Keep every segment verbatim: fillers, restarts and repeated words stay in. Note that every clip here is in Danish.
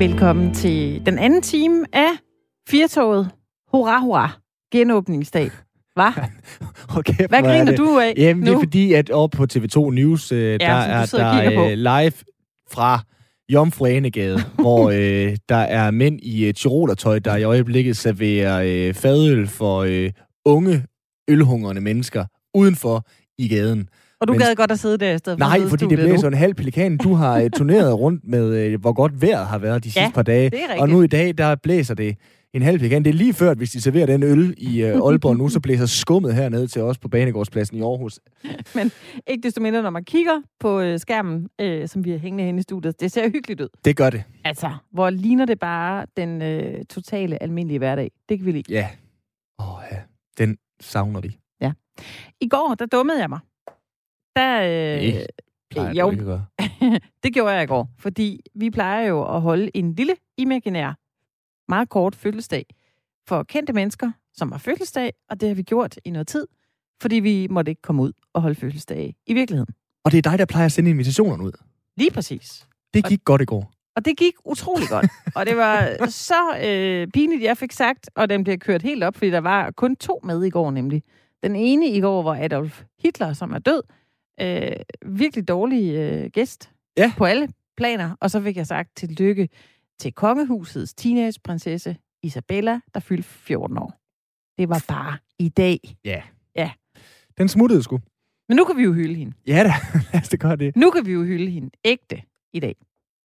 Velkommen til den anden time af Firtoget. Hurra, hurra. Genåbningsdag. Hva? Okay, hvad griner det? du af Jamen, nu? det er fordi, at oppe på T V to News, øh, ja, der er der øh, live fra Jomfru Anegade, hvor øh, der er mænd i øh, tyrolertøj, der i øjeblikket serverer øh, fadøl for øh, unge, ølhungrende mennesker udenfor i gaden. Og du Men, gad godt at sidde der i stedet for nej, fordi det bliver sådan en halv pelikan. Du har øh, turneret rundt med, øh, hvor godt vejret har været de sidste ja, par dage. Og nu i dag, der blæser det en halv pelikan. Det er lige før, hvis de serverer den øl i øh, Aalborg nu, så blæser skummet hernede til os på Banegårdspladsen i Aarhus. Men ikke desto mindre, når man kigger på øh, skærmen, øh, som vi har hængende hen i studiet, det ser hyggeligt ud. Det gør det. Altså, hvor ligner det bare den øh, totale almindelige hverdag. Det kan vi lide. Ja. Åh ja, den savner vi. Ja. I går, der dummede jeg mig. Der, øh, det plejer jo, du ikke at gøre. det gjorde jeg i går, fordi vi plejer jo at holde en lille imaginær, meget kort fødselsdag for kendte mennesker, som har fødselsdag, og det har vi gjort i noget tid, fordi vi måtte ikke komme ud og holde fødselsdag i virkeligheden. Og det er dig, der plejer at sende invitationerne ud. Lige præcis. Det gik og, godt i går. Og det gik utrolig godt. Og det var så øh, pinligt, jeg fik sagt, og den blev kørt helt op, fordi der var kun to med i går nemlig. Den ene i går var Adolf Hitler, som er død. Øh, virkelig dårlig øh, gæst ja. på alle planer. Og så fik jeg sagt tillykke til kongehusets teenageprinsesse Isabella, der fyldte fjorten år. Det var bare i dag. Ja. Ja. Den smuttede sgu. Men nu kan vi jo hylde hende. Ja da, lad os det gøre det. Nu kan vi jo hylde hende ægte i dag.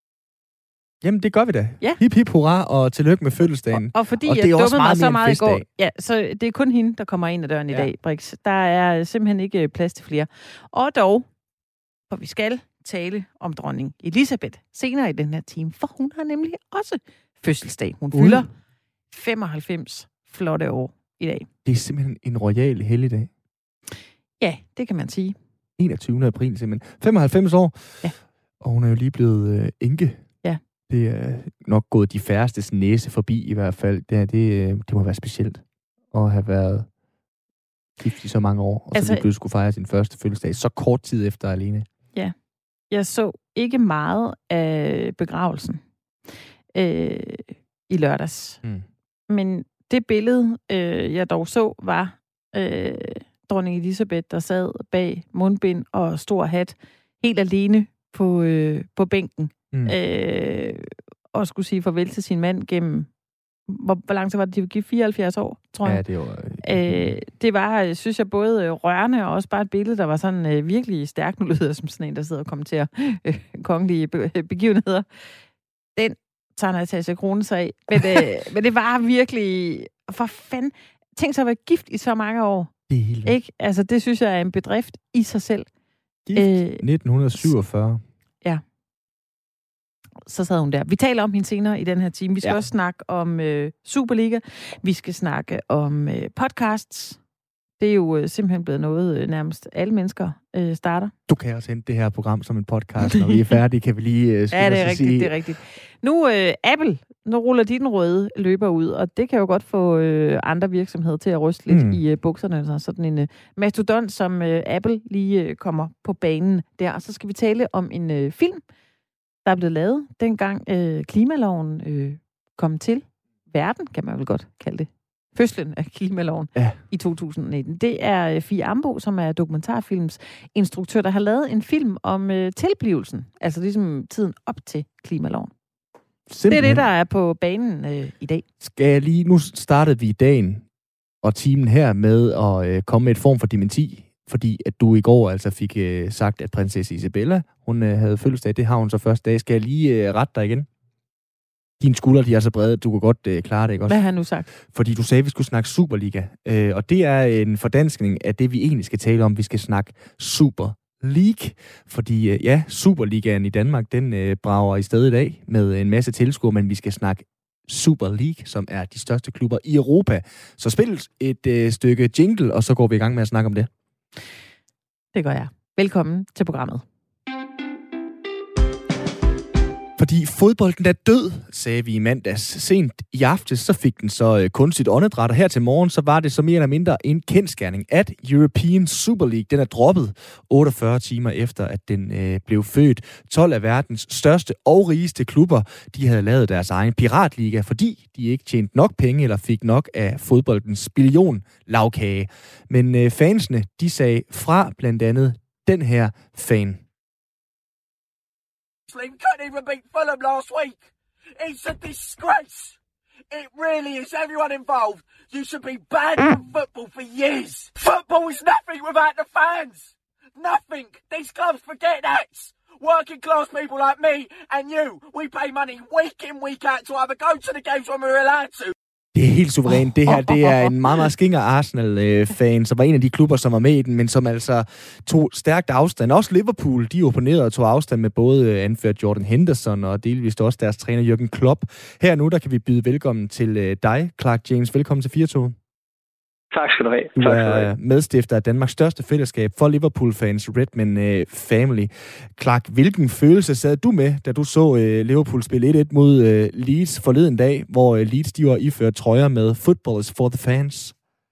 Jamen, det gør vi da. Ja. Hip, hip, hurra, og tillykke med fødselsdagen. Og, og fordi og jeg det er dummede mig så meget i går, dag. ja, så det er kun hende, der kommer ind ad døren ja. i dag, Brix. Der er simpelthen ikke plads til flere. Og dog, for vi skal tale om dronning Elisabeth senere i den her time, for hun har nemlig også fødselsdag. Hun Ui. fylder femoghalvfems flotte år i dag. Det er simpelthen en royal helligdag. Ja, det kan man sige. enogtyvende april simpelthen. femoghalvfems år. Ja. Og hun er jo lige blevet øh, enke. Ja. Det er nok gået de færstes næse forbi i hvert fald. Det, er, det, det må være specielt at have været gift i så mange år, og altså, så lige pludselig skulle fejre sin første fødselsdag så kort tid efter alene. Ja. Jeg så ikke meget af begravelsen øh, i lørdags. Mm. Men det billede, øh, jeg dog så, var øh, dronning Elisabeth, der sad bag mundbind og stor hat, helt alene på, øh, på bænken. Mm. Øh, og skulle sige farvel til sin mand gennem, hvor, hvor lang tid var det, de var gift? fireoghalvfjerds år, tror jeg. Ja, det var... Øh, det var, synes jeg, både rørende og også bare et billede, der var sådan øh, virkelig stærkt. Nu lyder jeg som sådan en, der sidder og kommenterer øh, kongelige be- begivenheder. Den tager Natasja Crone sig af. Men, øh, men det var virkelig... For fanden... Tænk sig at være gift i så mange år. Det er helt ikke? Altså, det synes jeg er en bedrift i sig selv. Gift øh, nitten syvogfyrre. Ja. Så sad hun der. Vi taler om hende senere i den her time. Vi skal ja. også snakke om øh, Superliga. Vi skal snakke om øh, podcasts. Det er jo øh, simpelthen blevet noget, øh, nærmest alle mennesker øh, starter. Du kan også hente det her program som en podcast. Når vi er færdige, kan vi lige øh, ja, det er rigtigt, sige. det er rigtigt. Nu, øh, Apple, nu ruller de den røde løber ud, og det kan jo godt få øh, andre virksomheder til at ryste lidt mm. i øh, bukserne. Så sådan en øh, mastodont, som øh, Apple lige øh, kommer på banen der. Og så skal vi tale om en øh, film, der er blevet lavet, dengang øh, klimaloven øh, kom til verden, kan man vel godt kalde det. Fødslen af klimaloven ja. i to tusind nitten. Det er øh, Fie Ambo, som er dokumentarfilms instruktør, der har lavet en film om øh, tilblivelsen, altså ligesom tiden op til klimaloven. Simpelthen. Det er det, der er på banen øh, i dag. Skal jeg lige, nu startede vi dagen og timen her med at øh, komme med et form for dementi, fordi at du i går altså fik øh, sagt, at prinsesse Isabella, hun øh, havde fødselsdag. Det har hun så første dag. Skal jeg lige øh, rette dig igen? Dine skuldre, de er så brede, du kan godt øh, klare det, ikke også? Hvad har han nu sagt? Fordi du sagde, at vi skulle snakke Superliga. Øh, og det er en fordanskning af det, vi egentlig skal tale om. Vi skal snakke Super League. Fordi øh, ja, Superligaen i Danmark, den øh, brager i stedet i dag med en masse tilskuere, men vi skal snakke Super League, som er de største klubber i Europa. Så spil et øh, stykke jingle, og så går vi i gang med at snakke om det. Det gør jeg. Velkommen til programmet. Fordi fodbolden er død, sagde vi i mandags. Sent i aftes, så fik den så øh, kunstigt åndedræt, og her til morgen, så var det så mere eller mindre en kendsgerning, at European Super League, den er droppet otteogfyrre timer efter, at den øh, blev født. tolv af verdens største og rigeste klubber, de havde lavet deres egen piratliga, fordi de ikke tjente nok penge, eller fik nok af fodboldens billion lavkage. Men øh, fansene, de sagde fra blandt andet den her fan. We couldn't even beat Fulham last week. It's a disgrace. It really is. Everyone involved. You should be banned from football for years. Football is nothing without the fans. Nothing. These clubs forget that. Working class people like me and you, we pay money week in, week out to either go to the games when we're allowed to. Det er helt suverænt. Det her, det er en meget, meget skinger Arsenal-fan, som var en af de klubber, som var med i den, men som altså tog stærkt afstand. Også Liverpool, de opponerede og tog afstand med både anført Jordan Henderson og delvist også deres træner Jürgen Klopp. Her nu, der kan vi byde velkommen til dig, Clark James. Velkommen til fire to. Tak skal du have. Du tak er du have. medstifter af Danmarks største fællesskab for Liverpool-fans, Redman uh, Family. Clark, hvilken følelse sad du med, da du så uh, Liverpool spille et et mod uh, Leeds forleden dag, hvor uh, Leeds de var iført trøjer med Football is for the fans?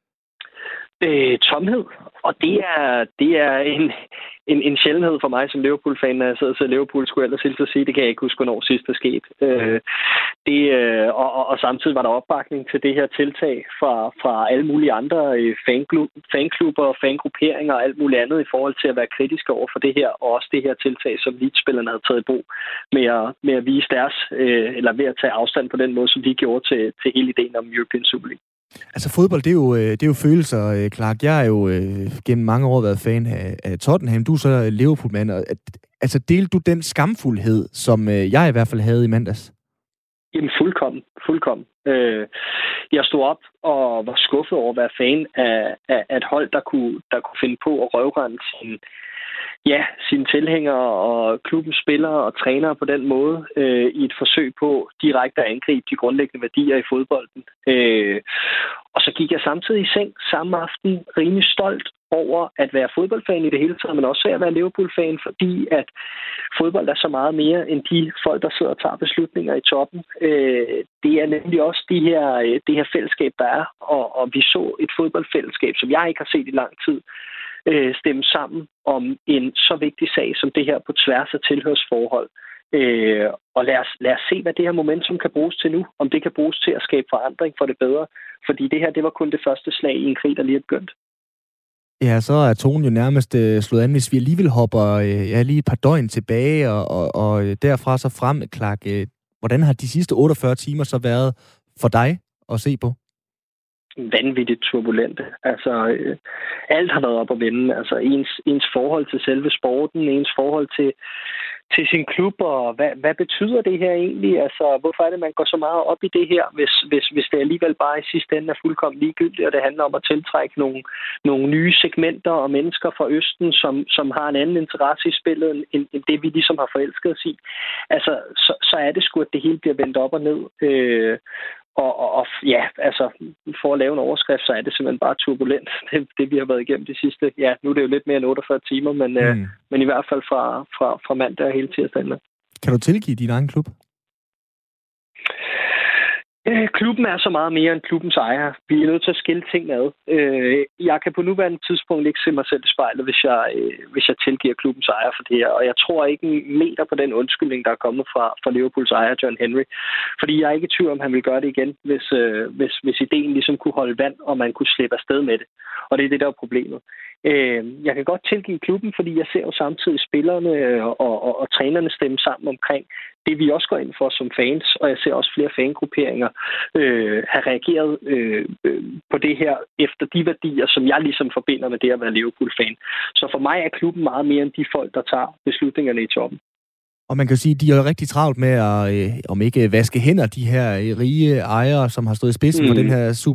Øh, tomhed. Og det er, det er en, en, en sjældenhed for mig som Liverpool-fan, når jeg sidder til Liverpool, skulle jeg ellers hilse at sige. Det kan jeg ikke huske, hvornår sidst er sket. Øh, det, øh, og, og, og samtidig var der opbakning til det her tiltag fra, fra alle mulige andre øh, fanklub, fanklubber, fangrupperinger og alt muligt andet i forhold til at være kritiske over for det her, og også det her tiltag, som Leeds-spillerne havde taget i brug med at, med at vise deres, øh, eller ved at tage afstand på den måde, som de gjorde til, til hele ideen om European Super League. Altså fodbold, det er jo, det er jo følelser, Clark. Jeg er jo øh, gennem mange år været fan af, af Tottenham. Du er så Liverpool-mand. Altså delte du den skamfuldhed, som øh, jeg i hvert fald havde i mandags? Jamen fuldkommen. fuldkommen. Øh, jeg stod op og var skuffet over at være fan af, af, af et hold, der kunne, der kunne finde på at røvrende sin, ja, sine tilhængere og klubbens spillere og trænere på den måde øh, i et forsøg på direkte at angribe de grundlæggende værdier i fodbolden. Øh, og så gik jeg samtidig i seng samme aften rimelig stolt over at være fodboldfan i det hele taget, men også at være Liverpool-fan, fordi at fodbold er så meget mere end de folk, der sidder og tager beslutninger i toppen. Øh, det er nemlig også de her, det her fællesskab, der er, og, og vi så et fodboldfællesskab, som jeg ikke har set i lang tid, stemme sammen om en så vigtig sag som det her på tværs af tilhørsforhold. Øh, og lad os, lad os se, hvad det her momentum kan bruges til nu. Om det kan bruges til at skabe forandring for det bedre. Fordi det her, det var kun det første slag i en krig, der lige er begyndt. Ja, så er tonen jo nærmest øh, slået an, hvis vi alligevel hopper øh, ja, lige et par døgn tilbage, og, og, og derfra så frem, Clark. Øh, hvordan har de sidste otteogfyrre timer så været for dig at se på? Vanvittigt turbulente. Altså, øh, alt har været op at vende. Altså, ens, ens forhold til selve sporten, ens forhold til, til sin klub, og hvad, hvad betyder det her egentlig? Altså, hvorfor er det, man går så meget op i det her, hvis, hvis, hvis det alligevel bare i sidste ende er fuldkommen ligegyldigt, og det handler om at tiltrække nogle, nogle nye segmenter og mennesker fra Østen, som, som har en anden interesse i spillet, end, end det, vi ligesom har forelsket os i. Altså, så, så er det sgu, at det hele bliver vendt op og ned. Øh, Og, og, og ja, altså, for at lave en overskrift, så er det simpelthen bare turbulent, det, det vi har været igennem de sidste, ja, nu er det jo lidt mere end otteogfyrre timer, men, mm. øh, men i hvert fald fra, fra, fra mandag og hele tirsdagen. Kan du tilgive din egen klub? Øh, klubben er så meget mere end klubbens ejer. Vi er nødt til at skille tingene ad. Øh, jeg kan på nuværende tidspunkt ikke se mig selv i spejlet, hvis jeg, øh, hvis jeg tilgiver klubbens ejer for det her. Og jeg tror ikke en meter på den undskyldning, der er kommet fra, fra Liverpools ejer, John Henry. Fordi jeg er ikke i tvivl om, han vil gøre det igen, hvis, øh, hvis, hvis ideen ligesom kunne holde vand, og man kunne slippe afsted med det. Og det er det, der er problemet. Øh, jeg kan godt tilgive klubben, fordi jeg ser jo samtidig spillerne og, og, og, og trænerne stemme sammen omkring det, vi også går ind for som fans, og jeg ser også flere fangrupperinger øh, have reageret øh, øh, på det her efter de værdier, som jeg ligesom forbinder med det at være Liverpool-fan. Så for mig er klubben meget mere end de folk, der tager beslutningerne i toppen. Og man kan sige, at de er rigtig travlt med at, øh, om ikke vaske hænder, de her øh, rige ejere, som har stået i spidsen mm. for den her Super League.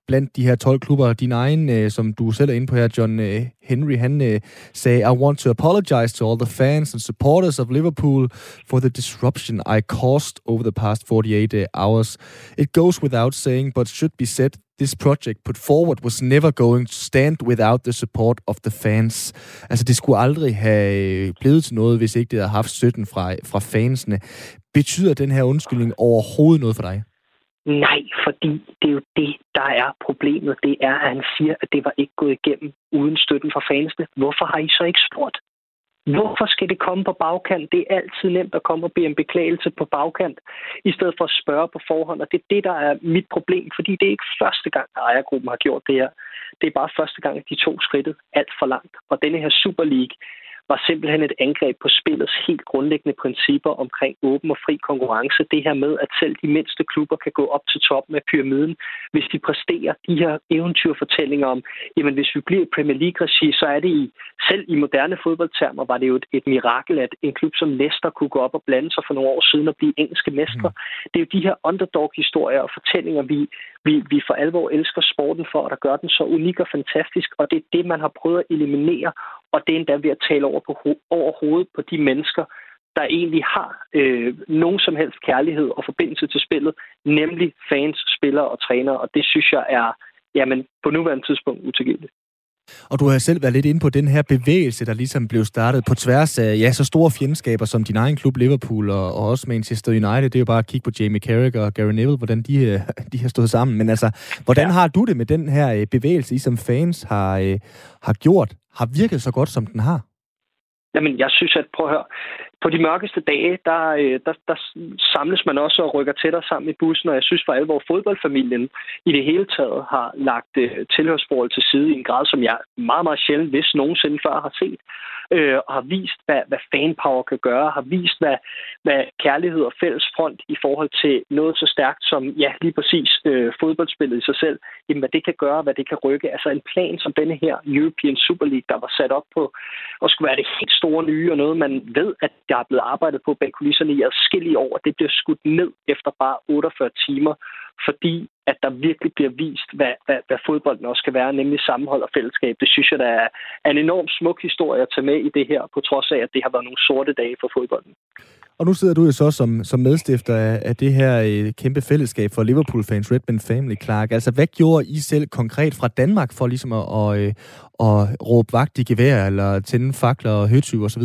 blandt de her tolv klubber. Din egen, øh, som du selv er inde på her, John øh, Henry, han øh, sagde, I want to apologize to all the fans and supporters of Liverpool for the disruption I caused over the past forty-eight hours. It goes without saying, but should be said, this project put forward was never going to stand without the support of the fans. Altså, det skulle aldrig have blevet til noget, hvis ikke det havde haft støtten fra, fra fansene. Betyder den her undskyldning overhovedet noget for dig? Nej, fordi det er jo det, der er problemet. Det er, at han siger, at det var ikke gået igennem uden støtten fra fansene. Hvorfor har I så ikke spurgt? Hvorfor skal det komme på bagkant? Det er altid nemt at komme og bede en beklagelse på bagkant, i stedet for at spørge på forhånd. Og det er det, der er mit problem, fordi det er ikke første gang, at ejergruppen har gjort det her. Det er bare første gang, at de tog skridtet alt for langt. Og denne her Super League var simpelthen et angreb på spillets helt grundlæggende principper omkring åben og fri konkurrence. Det her med, at selv de mindste klubber kan gå op til toppen af pyramiden, hvis de præsterer de her eventyrfortællinger om, jamen hvis vi bliver i Premier League-regi, så er det i, selv i moderne fodboldtermer, var det jo et, et mirakel, at en klub som Leicester kunne gå op og blande sig for nogle år siden og blive engelske mestre. Mm. Det er jo de her underdog-historier og fortællinger, vi, vi, vi for alvor elsker sporten for, og der gør den så unik og fantastisk, og det er det, man har prøvet at eliminere. Og det er endda ved at tale over, på ho- over hovedet på de mennesker, der egentlig har øh, nogen som helst kærlighed og forbindelse til spillet, nemlig fans, spillere og trænere. Og det synes jeg er, jamen, på nuværende tidspunkt utilgiveligt. Og du har selv været lidt inde på den her bevægelse, der ligesom blev startet på tværs af ja, så store fjendskaber som din egen klub Liverpool og, og også Manchester United. Det er jo bare at kigge på Jamie Carragher og Gary Neville, hvordan de, de har stået sammen. Men altså, hvordan ja. har du det med den her bevægelse, I som fans har, har gjort, har virket så godt, som den har? Jamen, jeg synes, at prøv at høre, på de mørkeste dage, der, der, der samles man også og rykker tættere sammen i bussen, og jeg synes for alvor, fodboldfamilien i det hele taget har lagt uh, tilhørsforhold til side i en grad, som jeg meget, meget sjældent, hvis nogensinde før har set, øh, og har vist, hvad, hvad fanpower kan gøre, har vist, hvad, hvad kærlighed og fælles front i forhold til noget så stærkt som, ja, lige præcis øh, fodboldspillet i sig selv, jamen, hvad det kan gøre, hvad det kan rykke. Altså en plan som denne her European Super League, der var sat op på, og skulle være det helt store nye, og noget, man ved, at der er blevet arbejdet på bag kulisserne i adskillige år, det bliver skudt ned efter bare otteogfyrre timer, fordi at der virkelig bliver vist, hvad, hvad, hvad fodbolden også skal være, nemlig sammenhold og fællesskab. Det synes jeg, der er en enormt smuk historie at tage med i det her, på trods af, at det har været nogle sorte dage for fodbolden. Og nu sidder du jo så som, som medstifter af, af det her øh, kæmpe fællesskab for Liverpool-fans, Redman Family, Clark. Altså, hvad gjorde I selv konkret fra Danmark for ligesom at, at, at, at råbe vagt i gevær, eller tænde fakler og høtyve osv.?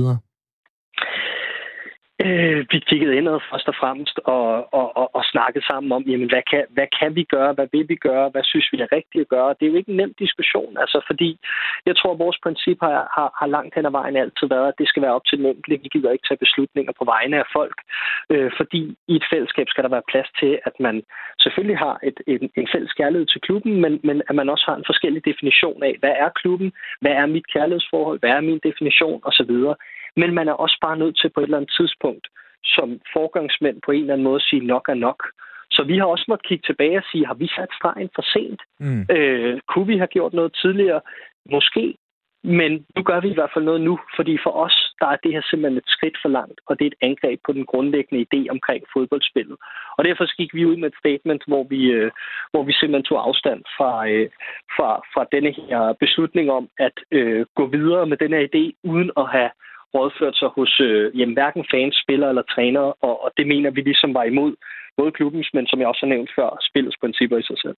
Øh, vi kiggede indad først og fremmest og, og, og, og snakkede sammen om, jamen, hvad kan, hvad kan vi gøre, hvad vil vi gøre, hvad synes vi er rigtigt at gøre. Det er jo ikke en nem diskussion, altså, fordi jeg tror, at vores princip har, har, har langt hen ad vejen altid været, at det skal være op til den enkelte. Vi gider ikke tage beslutninger på vegne af folk, øh, fordi i et fællesskab skal der være plads til, at man selvfølgelig har et, et, en fælles kærlighed til klubben, men, men at man også har en forskellig definition af, hvad er klubben, hvad er mit kærlighedsforhold, hvad er min definition osv. Men man er også bare nødt til på et eller andet tidspunkt som forgangsmænd på en eller anden måde at sige nok er nok. Så vi har også måttet kigge tilbage og sige, har vi sat stregen for sent? Mm. Øh, kunne vi have gjort noget tidligere? Måske. Men nu gør vi i hvert fald noget nu, fordi for os, der er det her simpelthen et skridt for langt, og det er et angreb på den grundlæggende idé omkring fodboldspillet. Og derfor gik vi ud med et statement, hvor vi, øh, hvor vi simpelthen tog afstand fra, øh, fra, fra denne her beslutning om at øh, gå videre med denne idé, uden at have rådført sig hos øh, jamen, hverken fans, spillere eller trænere, og, og det mener vi ligesom var imod både klubbens, men som jeg også har nævnt før, spillets principper i sig selv.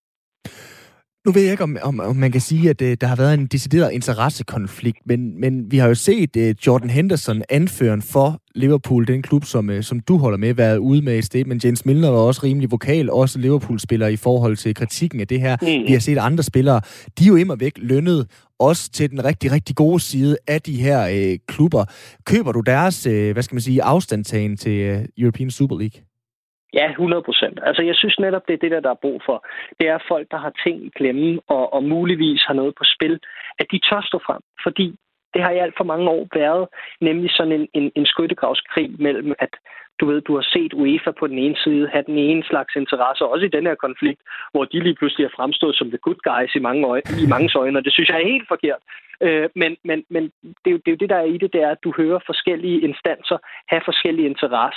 Nu ved jeg ikke, om, om, om man kan sige, at uh, der har været en decideret interessekonflikt, men, men vi har jo set uh, Jordan Henderson, anføreren for Liverpool, den klub, som, uh, som du holder med, været ude med et statement. James Milner var også rimelig vokal, også Liverpool-spillere i forhold til kritikken af det her. Mm. Vi har set andre spillere, de er jo immer væk lønnet, også til den rigtig, rigtig gode side af de her uh, klubber. Køber du deres, uh, hvad skal man sige, afstandtagen til uh, European Super League? Ja, hundrede procent. Altså, jeg synes netop, det er det, der, der er brug for. Det er folk, der har ting i klemmen, og, og muligvis har noget på spil, at de tør stå frem. Fordi det har i alt for mange år været nemlig sådan en, en, en skyttegravskrig mellem, at du ved, du har set UEFA på den ene side have den ene slags interesse, også i den her konflikt, hvor de lige pludselig har fremstået som the good guys i mange øjne, i mange øjne, og det synes jeg er helt forkert. Øh, men men, men det, er jo, det er jo det, der er i det, det er, at du hører forskellige instanser have forskellige interesser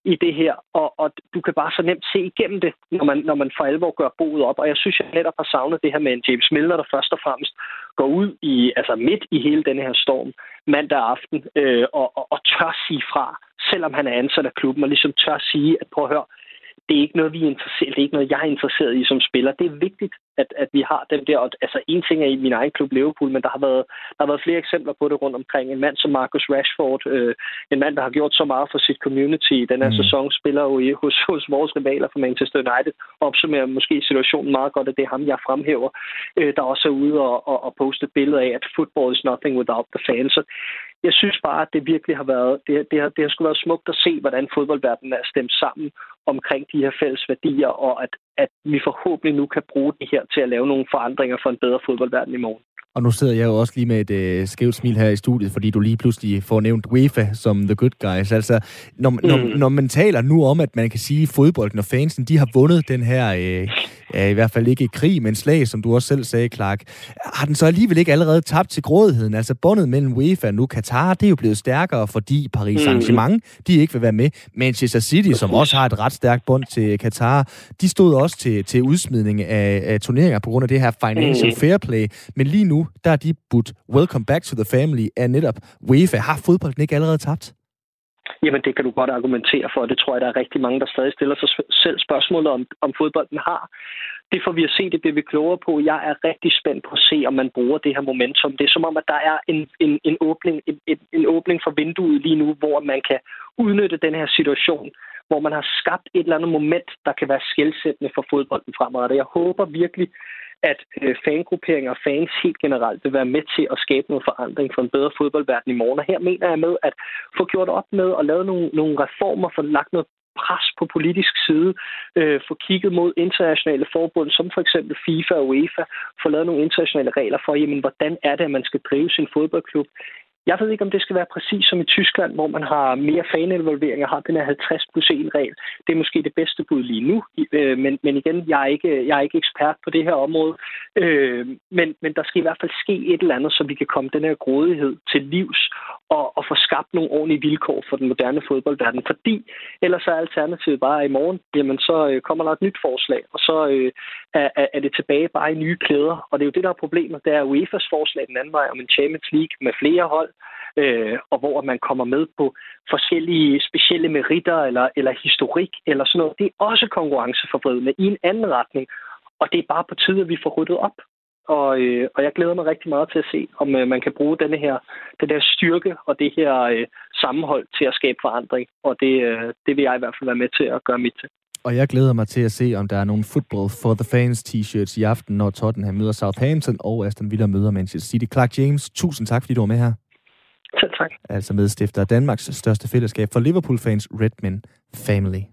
i det her, og, og du kan bare så nemt se igennem det, når man, når man for alvor gør boet op. Og jeg synes, jeg netop har savnet det her med en James Milner, der først og fremmest går ud i, altså midt i hele den her storm mandag aften, øh, og, og, og tør sige fra, selvom han er ansat af klubben, og ligesom tør sige, at prøv at høre, det er ikke noget, vi er interesseret, det er ikke noget, jeg er interesseret i som spiller. Det er vigtigt, at, at vi har dem der. Og, altså, en ting er i min egen klub Liverpool, men der har været, der har været flere eksempler på det rundt omkring. En mand som Marcus Rashford, øh, en mand, der har gjort så meget for sit community i den her mm. sæson, spiller jo i, hos, hos vores rivaler fra Manchester United, opsummerer måske situationen meget godt, at det er ham, jeg fremhæver, øh, der også er ude og, og, og poste billeder af, at football is nothing without the fans. Så jeg synes bare, at det virkelig har været, det, det, har, det har sgu været smukt at se, hvordan fodboldverdenen er stemt sammen omkring de her fælles værdier, og at, at vi forhåbentlig nu kan bruge det her til at lave nogle forandringer for en bedre fodboldverden i morgen. Og nu sidder jeg jo også lige med et øh, skævt smil her i studiet, fordi du lige pludselig får nævnt UEFA som the good guys. Altså, når, mm. når, når man taler nu om, at man kan sige, at fodbolden og fansen, de har vundet den her, øh, ja, i hvert fald ikke krig, men slag, som du også selv sagde, Clark, har den så alligevel ikke allerede tabt til grådigheden? Altså, båndet mellem UEFA og nu Katar, det er jo blevet stærkere, fordi Paris Saint-Germain, mm. de ikke vil være med. Manchester City, som også har et ret stærkt bånd til Katar, de stod også til, til udsmidning af, af turneringer på grund af det her financial mm. fair play. Men lige nu, der er de budt welcome back to the family af netop UEFA. Har fodbolden ikke allerede tabt? Jamen, det kan du godt argumentere for, og det tror jeg, der er rigtig mange, der stadig stiller sig selv spørgsmålet om, om fodbolden har. Det får vi at se, det bliver vi klogere på. Jeg er rigtig spændt på at se, om man bruger det her momentum. Det er som om, at der er en, en, en, åbning, en, en åbning for vinduet lige nu, hvor man kan udnytte den her situation, hvor man har skabt et eller andet moment, der kan være skelsættende for fodbolden fremadrettet. Jeg håber virkelig, at øh, fangrupperinger og fans helt generelt vil være med til at skabe noget forandring for en bedre fodboldverden i morgen. Og her mener jeg med at få gjort op med og lave nogle, nogle reformer, få lagt noget pres på politisk side, øh, få kigget mod internationale forbund, som for eksempel FIFA og UEFA, få lavet nogle internationale regler for, jamen, hvordan er det, at man skal drive sin fodboldklub. Jeg ved ikke, om det skal være præcis som i Tyskland, hvor man har mere faninvolvering og har den her halvtreds plus en regel. Det er måske det bedste bud lige nu, men, men igen, jeg er, ikke, jeg er ikke ekspert på det her område. Men, men der skal i hvert fald ske et eller andet, så vi kan komme den her grådighed til livs og, og få skabt nogle ordentlige vilkår for den moderne fodboldverden. Fordi ellers er alternativet bare i morgen, jamen så kommer der et nyt forslag, og så er, er det tilbage bare i nye klæder. Og det er jo det, der er problemet. Det er UEFA's forslag den anden vej om en Champions League med flere hold, Øh, og hvor man kommer med på forskellige specielle meritter eller, eller historik eller sådan noget. Det er også konkurrenceforvridende i en anden retning, og det er bare på tide, at vi får ryddet op. Og, øh, og jeg glæder mig rigtig meget til at se, om øh, man kan bruge denne her, den der styrke og det her øh, sammenhold til at skabe forandring, og det, øh, det vil jeg i hvert fald være med til at gøre mit til. Og jeg glæder mig til at se, om der er nogle football for the fans t-shirts i aften, når Tottenham møder Southampton og Aston Villa møder Manchester City. Clark James, tusind tak, fordi du var med her. Selv tak. Altså medstifter af Danmarks største fællesskab for Liverpool-fans, Redmen Family.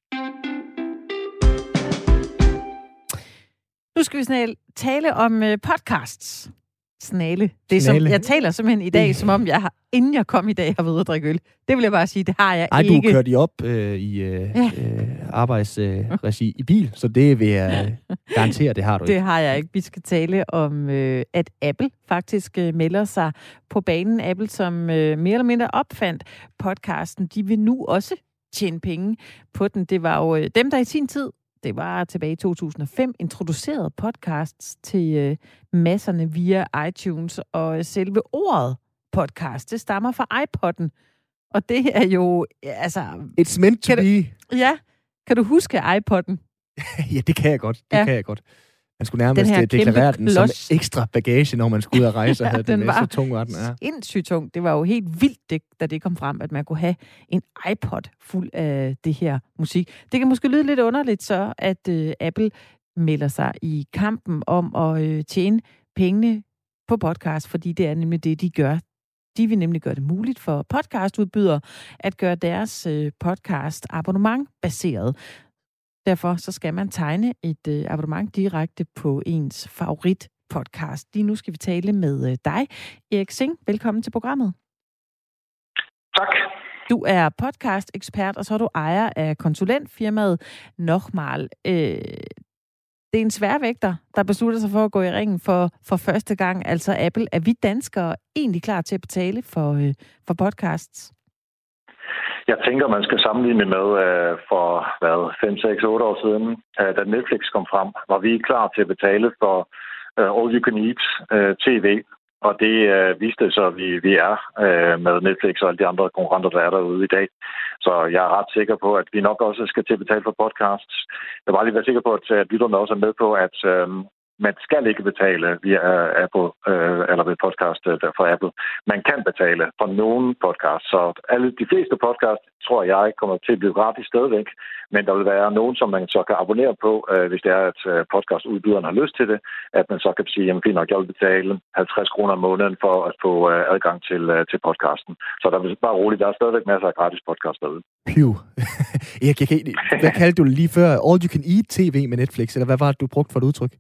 Nu skal vi snart tale om podcasts. Snale. Det er som, jeg taler simpelthen i dag, som om jeg har, inden jeg kom i dag, har været ude at drikke øl. Det vil jeg bare sige, det har jeg Ej, ikke. Ej, du kørte i op øh, i øh, ja. øh, arbejdsregi øh, i bil, så det vil jeg øh, garantere, det har du ikke. Det har jeg ikke. Vi skal tale om, øh, at Apple faktisk øh, melder sig på banen. Apple, som øh, mere eller mindre opfandt podcasten, de vil nu også tjene penge på den. Det var jo øh, dem, der i sin tid, det var tilbage i to tusind og fem, introducerede podcasts til øh, masserne via iTunes, og selve ordet podcast, det stammer fra iPod'en. Og det er jo, altså... It's meant to be. Du, ja. Kan du huske iPod'en? Ja, det kan jeg godt. Det ja. kan jeg godt. Man skulle nærmest den deklarere den som ekstra bagage, når man skulle ud og rejse, og havde ja, den, den med. Så tung var den. Ja. Sindssygt tung. Det var jo helt vildt, det, da det kom frem, at man kunne have en iPod fuld af det her musik. Det kan måske lyde lidt underligt så, at øh, Apple melder sig i kampen om at øh, tjene pengene på podcast, fordi det er nemlig det, de gør. De vil nemlig gøre det muligt for podcastudbydere at gøre deres øh, podcast abonnement-baseret. Derfor så skal man tegne et øh, abonnement direkte på ens favorit podcast. Lige nu skal vi tale med øh, dig, Erik Singh. Velkommen til programmet. Tak. Du er podcast-ekspert, og så er du ejer af konsulentfirmaet Nochmal. Øh, det er en sværvægter, der beslutter sig for at gå i ringen for, for første gang. Altså Apple. Er vi danskere egentlig klar til at betale for, øh, for podcasts? Jeg tænker, man skal sammenligne med uh, for hvad, fem, seks, otte år siden, uh, da Netflix kom frem, var vi klar til at betale for uh, All You Can Eat uh, T V. Og det uh, viste så, at vi, vi er uh, med Netflix og alle de andre konkurrenter, der er derude i dag. Så jeg er ret sikker på, at vi nok også skal til at betale for podcasts. Jeg vil bare lige være sikker på, at, at lytterne også er med på, at um, man skal ikke betale via Apple uh, eller ved podcast uh, for Apple. Man kan betale for nogle podcasts. Så alle de fleste podcasts, tror jeg, kommer til at blive gratis stadigvæk. Men der vil være nogen, som man så kan abonnere på, uh, hvis det er, at uh, podcastudbyderen har lyst til det. At man så kan sige, jamen fint nok, jeg vil betale halvtreds kroner om måneden for at få uh, adgang til, uh, til podcasten. Så der vil bare roligt, der er stadigvæk masser af gratis podcasts derude. Piv. Erik, jeg kan, hvad kaldte du lige før? All You Can Eat T V med Netflix? Eller hvad var det, du brugte for et udtryk?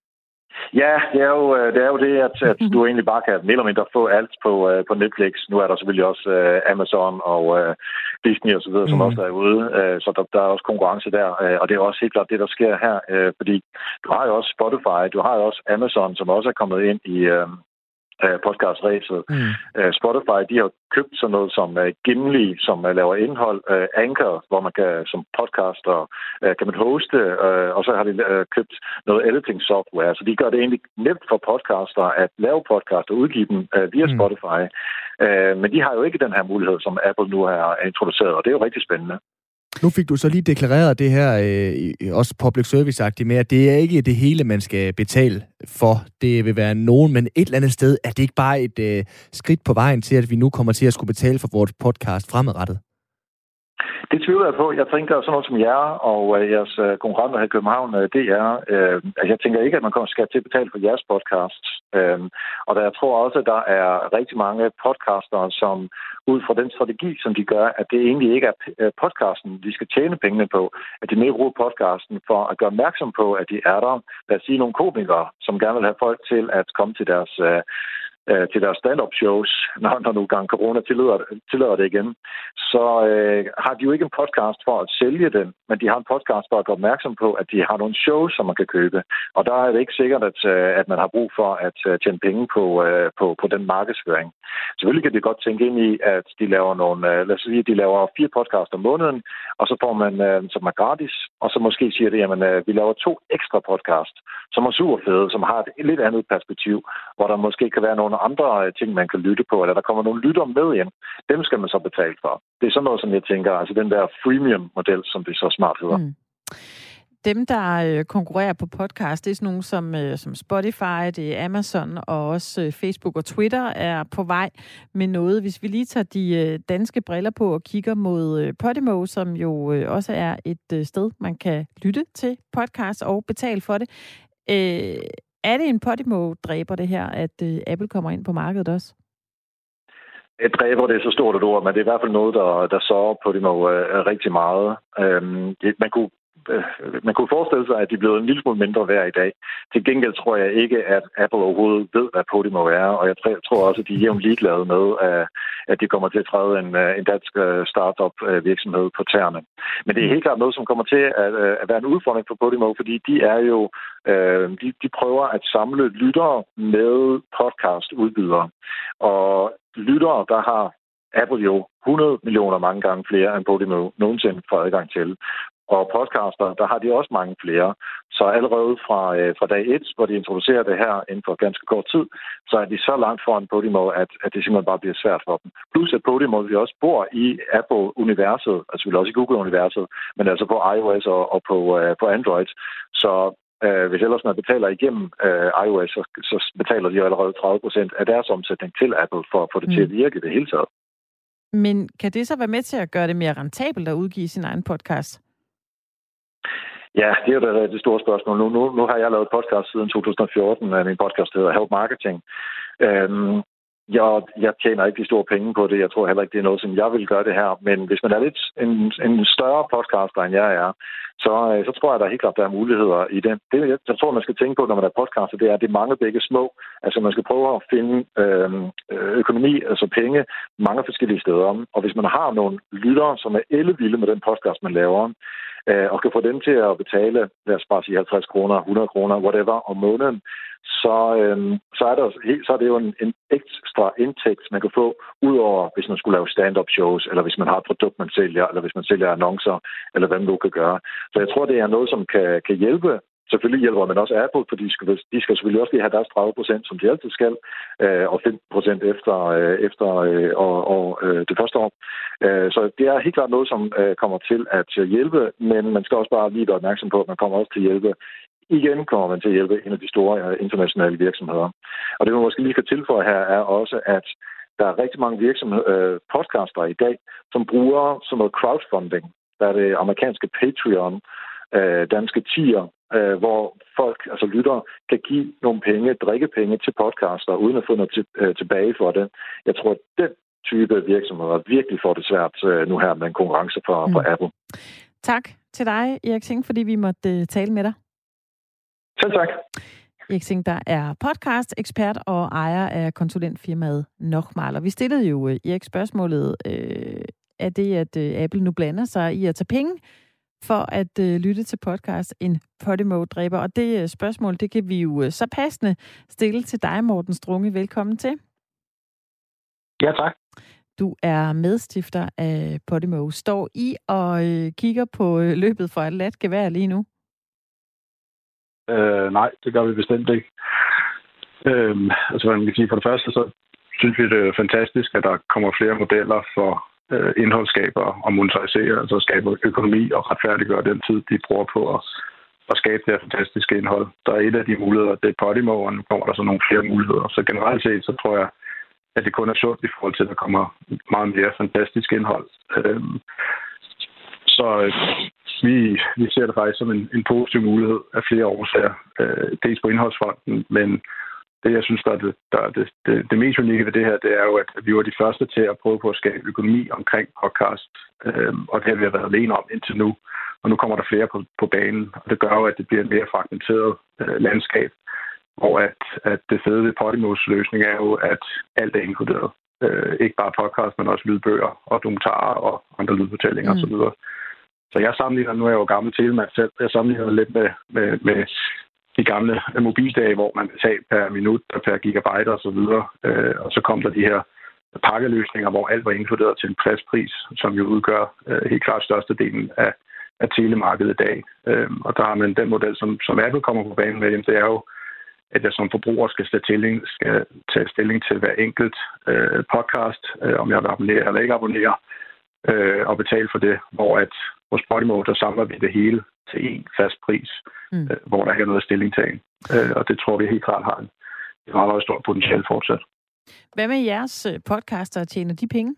Ja, det er jo det, er jo det at, at du egentlig bare kan mere eller mindre få alt på, uh, på Netflix. Nu er der selvfølgelig også uh, Amazon og uh, Disney og så videre, mm. som også er ude. Uh, så der, der er også konkurrence der. Uh, og det er også helt klart det, der sker her. Uh, fordi du har jo også Spotify, du har jo også Amazon, som også er kommet ind i uh, podcast-ræset. Mm. Uh, Spotify, de har købt sådan noget som uh, Gimli, som uh, laver indhold. Uh, Anchor, hvor man kan som podcaster uh, kan man hoste, uh, og så har de uh, købt noget editing software. Så de gør det egentlig nemt for podcaster at lave podcast og udgive dem uh, via mm. Spotify. Uh, men de har jo ikke den her mulighed, som Apple nu har introduceret, og det er jo rigtig spændende. Nu fik du så lige deklareret det her, øh, også public service-agtigt med, at det er ikke det hele, man skal betale for. Det vil være nogen, men et eller andet sted, er det ikke bare et øh, skridt på vejen til, at vi nu kommer til at skulle betale for vores podcast fremadrettet? Det tvivler jeg på. Jeg tænker sådan noget som jer og øh, jeres øh, konkurrenter her i København, øh, det er, øh, altså jeg tænker ikke, at man kommer skal til at betale for jeres podcast. Øh, og der, jeg tror også, at der er rigtig mange podcaster, som ud fra den strategi, som de gør, at det egentlig ikke er podcasten, de skal tjene pengene på, at de mere bruger podcasten for at gøre opmærksom på, at de er der. Lad os sige nogle komikere, som gerne vil have folk til at komme til deres øh, til deres stand-up shows, når, når nu gang corona tillader, tillader det igen, så øh, har de jo ikke en podcast for at sælge den, men de har en podcast for at gøre opmærksom på, at de har nogle shows, som man kan købe. Og der er det ikke sikkert, at, at man har brug for at tjene penge på, på, på den markedsføring. Selvfølgelig kan de godt tænke ind i, at de laver nogle, lad os sige, de laver fire podcasts om måneden, og så får man, som er gratis, og så måske siger det, jamen, vi laver to ekstra podcast, som er super fede, som har et lidt andet perspektiv, hvor der måske kan være nogle andre ting, man kan lytte på, eller der kommer nogle lytter med ind. Dem skal man så betale for. Det er sådan noget, som jeg tænker, altså den der freemium-model, som det så smart hedder. Mm. Dem, der konkurrerer på podcast, det er sådan nogle som, som Spotify, det er Amazon, og også Facebook og Twitter er på vej med noget. Hvis vi lige tager de danske briller på og kigger mod Podimo, som jo også er et sted, man kan lytte til podcast og betale for det. Øh, Er det en Podimo-dræber, det her, at øh, Apple kommer ind på markedet også? Et dræber, det er så stort et ord, men det er i hvert fald noget, der, der så Podimo øh, rigtig meget. Øhm, det, man, kunne, øh, man kunne forestille sig, at de er blevet en lille smule mindre værd i dag. Til gengæld tror jeg ikke, at Apple overhovedet ved, hvad Podimo er, og jeg tror også, at de er jævnt ligeglade med, at de kommer til at træde en, en dansk startup-virksomhed på tæerne. Men det er helt klart noget, som kommer til at, at være en udfordring for Podimo, fordi de er jo De, de prøver at samle lyttere med podcastudbydere. Og lyttere, der har Apple jo hundrede millioner mange gange flere end Podimo nogensinde får adgang til. Og podcaster, der har de også mange flere. Så allerede fra, fra dag et, hvor de introducerer det her inden for ganske kort tid, så er de så langt foran Podimo, at, at det simpelthen bare bliver svært for dem. Plus at Podimo, vi også bor i Apple-universet, altså vi også i Google-universet, men altså på iOS og, og på, uh, på Android. Så Uh, hvis ellers man betaler igennem uh, iOS, så, så betaler de jo allerede tredive procent af deres omsætning til Apple for at få det mm. til at virke det hele taget. Men kan det så være med til at gøre det mere rentabelt at udgive sin egen podcast? Ja, det er jo det, det store spørgsmål. Nu, nu, nu har jeg lavet podcast siden to tusind og fjorten. Min podcast hedder Help Marketing. Um, Jeg, jeg tjener ikke de store penge på det. Jeg tror heller ikke, det er noget, som jeg vil gøre det her. Men hvis man er lidt en, en større podcaster, end jeg er, så, så tror jeg, der er helt klart, der er muligheder i det. Det, jeg tror, man skal tænke på, når man er podcaster, det er, at det er mange begge små. Altså, man skal prøve at finde øh, økonomi, altså penge, mange forskellige steder. Og hvis man har nogle lyttere, som er ellevilde med den podcast, man laver, øh, og kan få dem til at betale, lad os bare sige halvtreds kroner, hundrede kroner, whatever, om måneden, så, øh, så, er der, så er det jo en, en ekstra indtægt, man kan få, udover hvis man skulle lave stand-up shows, eller hvis man har et produkt, man sælger, eller hvis man sælger annoncer, eller hvad man nu kan gøre. Så jeg tror, det er noget, som kan, kan hjælpe. Selvfølgelig hjælper man også Apple, for de skal, de skal selvfølgelig også lige have deres tredive procent, som de altid skal, øh, og femten procent efter, øh, efter øh, og, og, øh, det første år. Øh, så det er helt klart noget, som øh, kommer til at hjælpe, men man skal også bare lige være opmærksom på, at man kommer også til at hjælpe. Igen kommer man til at hjælpe en af de store øh, internationale virksomheder. Og det, man måske lige kan tilføje her, er også, at der er rigtig mange virksomheder, øh, podcaster i dag, som bruger sådan noget crowdfunding. Der er det amerikanske Patreon, øh, danske tier, øh, hvor folk, altså lyttere, kan give nogle penge, drikkepenge til podcaster, uden at få noget til, øh, tilbage for det. Jeg tror, at den type virksomheder virkelig får det svært øh, nu her med en konkurrence fra, mm. fra Apple. Tak til dig, Erik Singh, fordi vi måtte øh, tale med dig. Selv tak. Erik Singh, der er podcast-ekspert og ejer af konsulentfirmaet Nochmal. Og vi stillede jo øh, Erik spørgsmålet øh, af det, at øh, Apple nu blander sig i at tage penge for at øh, lytte til podcast, en Podimo-dræber. Og det øh, spørgsmål, det kan vi jo øh, så passende stille til dig, Morten Strunge. Velkommen til. Ja, tak. Du er medstifter af Podimo. Står I og øh, kigger på øh, løbet for et lat gevær lige nu? Øh, nej, det gør vi bestemt ikke. Øh, altså, man kan sige, for det første, så synes vi, det er fantastisk, at der kommer flere modeller for øh, indholdsskaber og monetarisere, altså skabe økonomi og retfærdiggøre den tid, de bruger på at, at skabe det her fantastiske indhold. Der er et af de muligheder, det er Podimo, og nu kommer der så nogle flere muligheder. Så generelt set, så tror jeg, at det kun er sundt i forhold til, at der kommer meget mere fantastisk indhold. Øh, så øh, vi, vi ser det faktisk som en, en positiv mulighed af flere årsager. Øh, dels på indholdsfronten, men det, jeg synes, der er det, der er det, det, det mest unikke ved det her, det er jo, at vi var de første til at prøve på at skabe økonomi omkring podcast, øh, og det har vi været alene om indtil nu. Og nu kommer der flere på, på banen, og det gør jo, at det bliver et mere fragmenteret øh, landskab, hvor at, at det fede ved Podimos løsning er jo, at alt er inkluderet. Øh, ikke bare podcast, men også lydbøger og dokumentarer og andre lydfortællinger mm. osv. Så jeg sammenligner, nu er jeg jo gammel telemand selv, jeg sammenligner lidt med, med, med de gamle mobildage, hvor man betalte per minut og per gigabyte og så videre. Øh, og så kom der de her pakkeløsninger, hvor alt var inkluderet til en fastpris, som jo udgør øh, helt klart størstedelen af, af telemarkedet i dag. Øh, og der har man den model, som, som Apple kommer på banen med, det er jo, at jeg som forbruger skal, stilling, skal tage stilling til hver enkelt øh, podcast, øh, om jeg vil abonnere eller ikke abonnere, øh, og betale for det, hvor at hos Podimo, der samler vi det hele til én fast pris, mm. øh, hvor der ikke er noget stillingtagen. Øh, og det tror vi helt klart har en, en meget, meget stor potentiale fortsat. Hvad med jeres podcaster? Tjener de penge?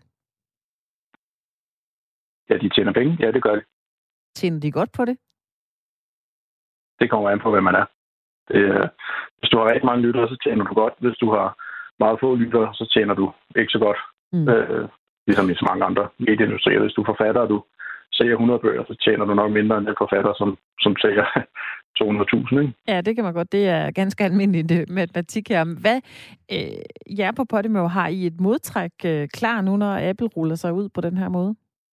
Ja, de tjener penge. Ja, det gør de. Tjener de godt på det? Det kommer an på, hvem man er. Det, hvis du har rigtig mange lyttere, så tjener du godt. Hvis du har meget få lyttere, så tjener du ikke så godt. Mm. Øh, ligesom i så mange andre medieindustrier. Hvis du er forfatter, og du sælger hundrede bøger, så tjener du nok mindre end den forfatter, som, som sælger to hundrede tusind. Ikke? Ja, det kan man godt. Det er ganske almindeligt matematik her. Hvad øh, jer på Podimo, har I et modtræk øh, klar nu, når Apple ruller sig ud på den her måde?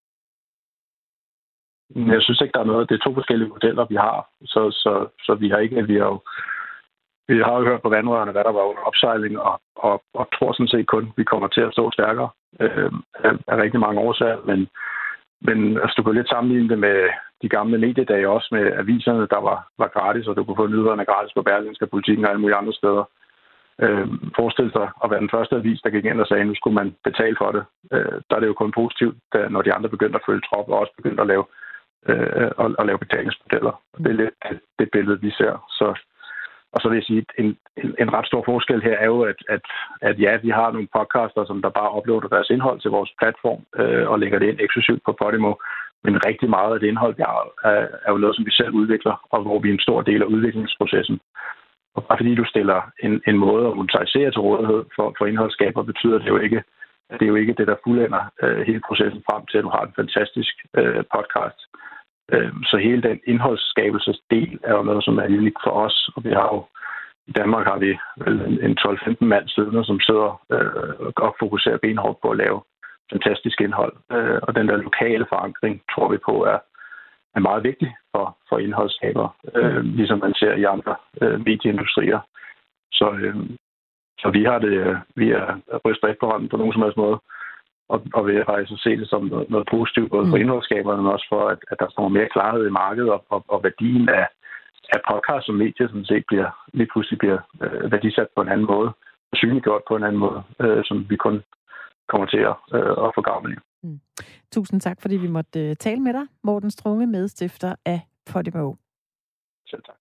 Jeg synes ikke, der er noget. Det er to forskellige modeller, vi har. Så, så, så vi har ikke... Vi har jo, vi har jo hørt på vandrørene, hvad der var under opsejling, og, og, og tror sådan set kun, vi kommer til at stå stærkere øh, af, af rigtig mange årsager. Men, men altså, du kan lidt sammenligne det med de gamle mediedage, også med aviserne, der var, var gratis, og du kunne få nyhederne gratis på Berlingske, Politikken og alle mulige andre steder. Øh, forestil dig at være den første avis, der gik ind og sagde, at nu skulle man betale for det. Øh, der er det jo kun positivt, da, når de andre begyndte at følge trop, og også begyndte at lave Øh, og, og lave betalingsmodeller. Det er lidt det, det billede, vi ser. Så, og så vil jeg sige, at en, en, en ret stor forskel her er jo, at, at, at ja, vi har nogle podcaster, som der bare uploader deres indhold til vores platform øh, og lægger det ind eksklusivt på Podimo. Men rigtig meget af det indhold, vi har, er, er jo noget, som vi selv udvikler, og hvor vi er en stor del af udviklingsprocessen. Og bare fordi du stiller en, en måde at monetarisere til rådighed for, for indholdsskaber, betyder det jo ikke, at det er jo ikke det, der fuldender øh, hele processen frem til, at du har en fantastisk øh, podcast. Så hele den indholdsskabelsesdel er jo noget, som er unikt for os. Og vi har jo, i Danmark har vi en tolv femten mand siddende, som sidder øh, og fokuserer benhårdt på at lave fantastisk indhold. Øh, og den der lokale forankring, tror vi på, er, er meget vigtig for, for indholdsskabere, øh, ligesom man ser i andre øh, medieindustrier. Så, øh, så vi har det, vi er rystet ikke på hånden på nogen som helst måde, og, og vil faktisk se det som noget, noget positivt, både for indholdsskaberne, men også for, at, at der kommer mere klarhed i markedet, og, og, og værdien af, af podcast som medier, som set bliver, lige pludselig bliver øh, værdisat på en anden måde, og synliggjort på en anden måde, øh, som vi kun kommer til at, øh, at få gavn af. Mm. Tusind tak, fordi vi måtte uh, tale med dig, Morten Strunge, medstifter af Podimo. Selv tak.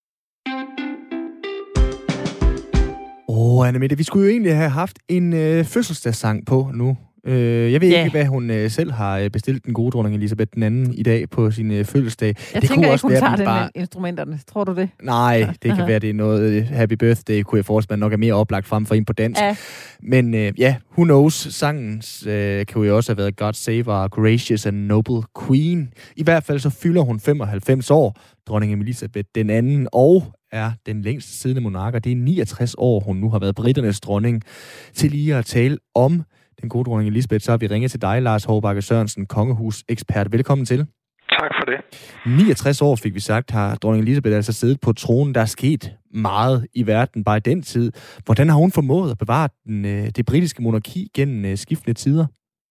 Åh, oh, Annemette, vi skulle jo egentlig have haft en øh, fødselsdagssang på nu. Øh, jeg ved yeah. ikke, hvad hun øh, selv har bestilt, den gode dronning Elisabeth den anden i dag på sin øh, fødselsdag. Jeg det tænker kunne ikke, også hun være, tager den bare... med instrumenterne. Tror du det? Nej, det kan være, det er noget Happy Birthday, kunne jeg forestille mig nok er mere oplagt frem for en på dansk. Ja. Men øh, ja, who knows, sangens øh, kan jo også have været God Save Our Gracious and Noble Queen. I hvert fald så fylder hun femoghalvfems år, dronning Elisabeth den anden, og er den længst siddende monark, og det er niogtres år, hun nu har været briternes dronning. Til lige at tale om den gode dronning Elisabeth, så har vi ringet til dig, Lars Hårbakke Sørensen, kongehus-ekspert. Velkommen til. Tak for det. niogtres år, fik vi sagt, har dronning Elisabeth altså siddet på tronen. Der er sket meget i verden bare i den tid. Hvordan har hun formået at bevare den, det britiske monarki gennem skiftende tider?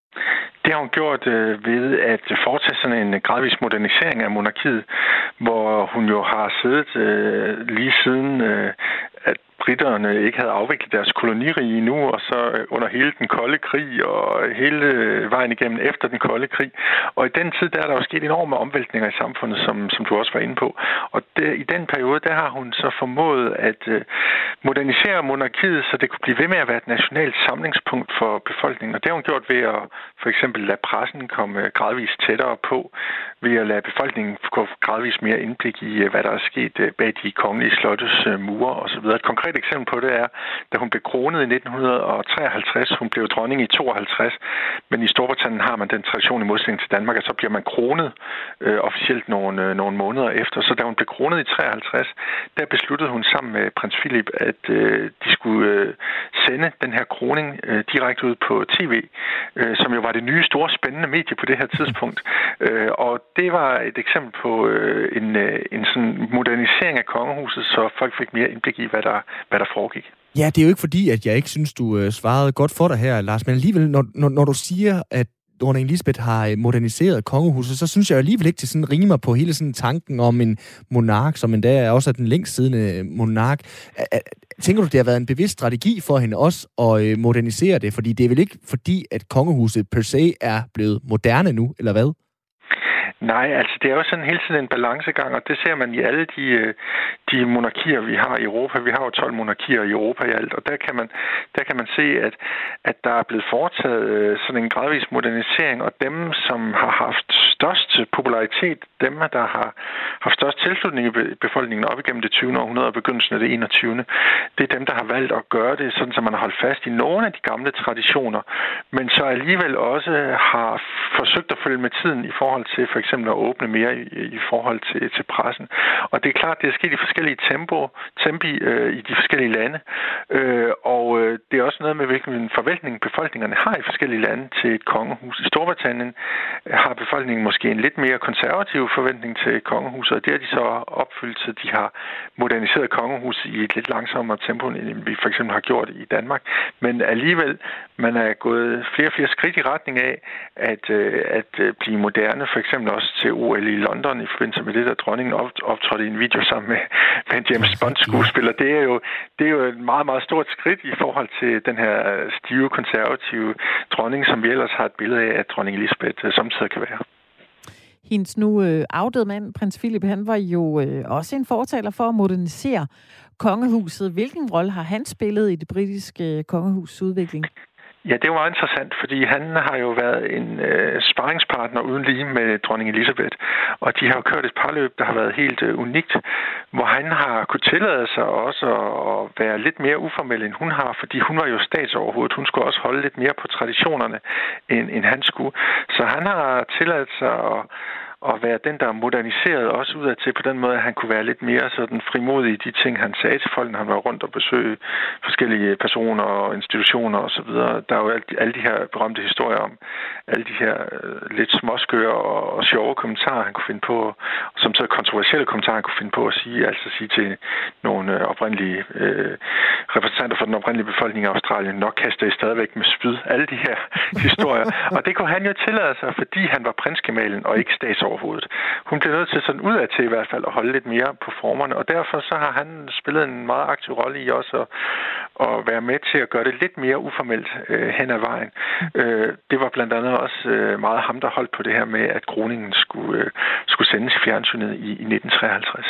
Det har hun gjort øh, ved at foretage sådan en gradvis modernisering af monarkiet, hvor hun jo har siddet øh, lige siden, øh, at britterne ikke havde afviklet deres kolonirige endnu, og så under hele den kolde krig og hele vejen igennem efter den kolde krig. Og i den tid, der er der jo sket enorme omvæltninger i samfundet, som, som du også var inde på. Og det, i den periode, der har hun så formået at uh, modernisere monarkiet, så det kunne blive ved med at være et nationalt samlingspunkt for befolkningen. Og det har hun gjort ved at for eksempel lade pressen komme gradvist tættere på, ved at lade befolkningen få gradvist mere indblik i, hvad der er sket bag de kongelige slottes mure osv. Et konkret eksempel på det er, da hun blev kronet i nitten treoghalvtreds. Hun blev dronning i tooghalvtreds, men i Storbritannien har man den tradition i modsætning til Danmark, at så bliver man kronet øh, officielt nogle, øh, nogle måneder efter. Så da hun blev kronet i treoghalvtreds, der besluttede hun sammen med prins Philip, at øh, de skulle øh, sende den her kroning øh, direkte ud på tv, øh, som jo var det nye, store, spændende medie på det her tidspunkt. Øh, og det var et eksempel på øh, en, øh, en sådan modernisering af kongehuset, så folk fik mere indblik i, hvad der, hvad der foregik. Ja, det er jo ikke fordi, at jeg ikke synes, du øh, svarede godt for dig her, Lars, men alligevel, når, når, når du siger, at dronning Elisabeth har moderniseret kongehuset, så synes jeg alligevel ikke, det sådan rimer på hele sådan tanken om en monark, som endda er også den længst siddende monark. Tænker du, det har været en bevidst strategi for hende også at modernisere det? Fordi det er vel ikke fordi, at kongehuset per se er blevet moderne nu, eller hvad? Nej, altså det er jo sådan hele tiden en balancegang, og det ser man i alle de, de monarkier, vi har i Europa. Vi har jo tolv monarkier i Europa i alt, og der kan man, der kan man se, at, at der er blevet foretaget sådan en gradvis modernisering, og dem, som har haft størst popularitet, dem, der har haft størst tilslutning i befolkningen op igennem det tyvende århundrede og begyndelsen af det enogtyvende det er dem, der har valgt at gøre det, sådan så man har holdt fast i nogle af de gamle traditioner, men så alligevel også har forsøgt at følge med tiden i forhold til for eksempel at åbne mere i, i forhold til, til pressen. Og det er klart, det er sket i forskellige tempo, tempi øh, i de forskellige lande. Øh, og øh, det er også noget med, hvilken forventning befolkningerne har i forskellige lande til et kongehus. I Storbritannien har befolkningen måske en lidt mere konservativ forventning til kongehuset, og det har de så opfyldt, så de har moderniseret kongehuset i et lidt langsommere tempo, end vi for eksempel har gjort i Danmark. Men alligevel, man er gået flere og flere skridt i retning af at, øh, at blive moderne, for eksempel også til O L i London i forbindelse med det, der dronningen optrådte i en video sammen med, med en James Bond-skuespiller. Det er, jo, det er jo et meget, meget stort skridt i forhold til den her stive, konservative dronning, som vi ellers har et billede af, at dronning Elisabeth samtidig kan være. Hendes nu øh, afdøde mand, prins Philip, han var jo øh, også en fortaler for at modernisere kongehuset. Hvilken rolle har han spillet i det britiske øh, kongehus' udvikling? Ja, det er jo meget interessant, fordi han har jo været en øh, sparringspartner uden lige med dronning Elisabeth, og de har jo kørt et parløb, der har været helt øh, unikt, hvor han har kunne tillade sig også at være lidt mere uformel, end hun har, fordi hun var jo statsoverhovedet. Hun skulle også holde lidt mere på traditionerne, end, end han skulle. Så han har tilladt sig at at være den, der er moderniseret også udadtil på den måde, at han kunne være lidt mere sådan frimodig i de ting, han sagde til folk, når han var rundt og besøgte forskellige personer og institutioner osv. Der er jo alle de her berømte historier om alle de her øh, lidt småskøre og, og sjove kommentarer, han kunne finde på, og som så kontroversielle kommentarer, han kunne finde på at sige, altså sige til nogle øh, oprindelige øh, repræsentanter for den oprindelige befolkning i Australien, nok kaster I stadigvæk med spyd. Alle de her historier. Og det kunne han jo tillade sig, fordi han var prinsgemalen og ikke statsoverhovedet. Hun blev nødt til sådan udad til i hvert fald at holde lidt mere på formerne, og derfor så har han spillet en meget aktiv rolle i også at, at være med til at gøre det lidt mere uformelt øh, hen ad vejen. Øh, det var blandt andet også øh, meget ham, der holdt på det her med, at kroningen skulle, øh, skulle sendes i fjernsynet i, i nitten treoghalvtreds.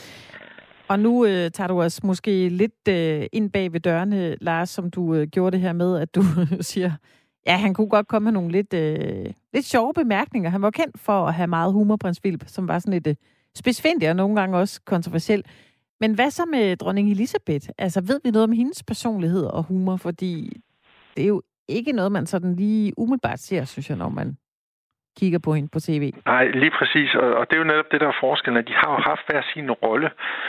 Og nu øh, tager du os måske lidt øh, ind bag ved dørene, Lars, som du øh, gjorde det her med, at du siger, ja, han kunne godt komme med nogle lidt, øh, lidt sjove bemærkninger. Han var kendt for at have meget humor, prins Philip, som var sådan lidt øh, spidsfindig og nogle gange også kontroversiel. Men hvad så med dronning Elizabeth? Altså, ved vi noget om hendes personlighed og humor? Fordi det er jo ikke noget, man sådan lige umiddelbart ser, synes jeg, når man kigger på hende på tv. Nej, lige præcis. Og, og det er jo netop det, der er forskellen. De har jo haft hver sin rolle.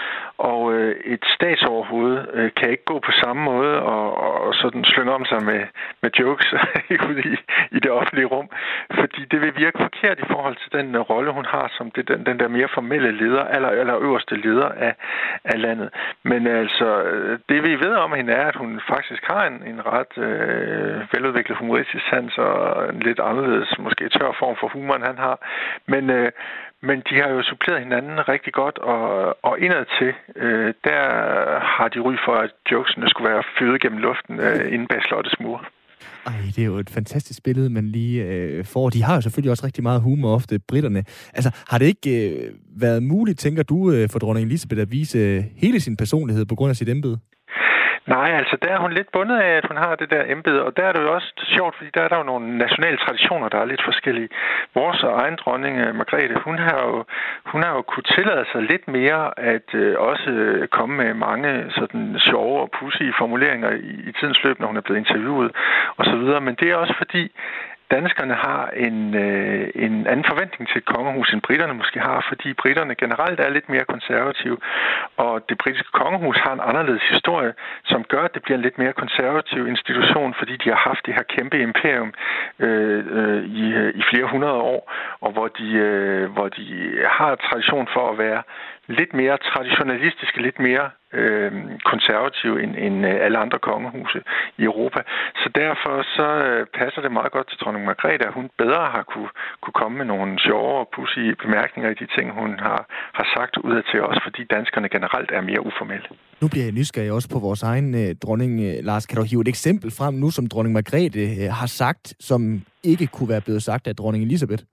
Og øh, et statsoverhoved øh, kan ikke gå på samme måde og, og sådan slynge om sig med, med jokes ude i, i det offentlige rum. Fordi det vil virke forkert i forhold til den uh, rolle, hun har som det, den, den der mere formelle leder, eller, eller øverste leder af, af landet. Men altså, det vi ved om hende er, at hun faktisk har en, en ret øh, veludviklet humoristisk sans og en lidt anderledes, måske tør form for humor, end han har. Men øh, Men de har jo suppleret hinanden rigtig godt, og, og indadtil, øh, der har de ry for, at jokesene skulle være fyret gennem luften øh, inde bag slottets mure. Ej, det er jo et fantastisk billede, man lige øh, får. De har jo selvfølgelig også rigtig meget humor ofte, britterne. Altså, har det ikke øh, været muligt, tænker du, øh, for dronning Elizabeth at vise øh, hele sin personlighed på grund af sit embede? Nej, altså der er hun lidt bundet af, at hun har det der embede, og der er det jo også sjovt, fordi der er der jo nogle nationale traditioner, der er lidt forskellige. Vores egen dronning, Margrethe, hun har jo, hun har jo kunne tillade sig lidt mere at øh, også komme med mange sådan sjove og pudsige formuleringer i, i tidens løb, når hun er blevet interviewet osv., men det er også fordi, danskerne har en, øh, en anden forventning til et kongehus, end britterne måske har, fordi britterne generelt er lidt mere konservative, og det britiske kongehus har en anderledes historie, som gør, at det bliver en lidt mere konservativ institution, fordi de har haft det her kæmpe imperium øh, øh, i, i flere hundrede år, og hvor de, øh, hvor de har tradition for at være lidt mere traditionalistiske, lidt mere øh, konservative end, end alle andre kongehuse i Europa. Så derfor så øh, passer det meget godt til dronning Margrethe, at hun bedre har kunne, kunne komme med nogle sjove og pudsige bemærkninger i de ting, hun har, har sagt udadtil, også fordi danskerne generelt er mere uformelle. Nu bliver jeg nysgerrig også på vores egen øh, dronning. Lars, kan du hive et eksempel frem nu, som dronning Margrethe øh, har sagt, som ikke kunne være blevet sagt af dronning Elizabeth?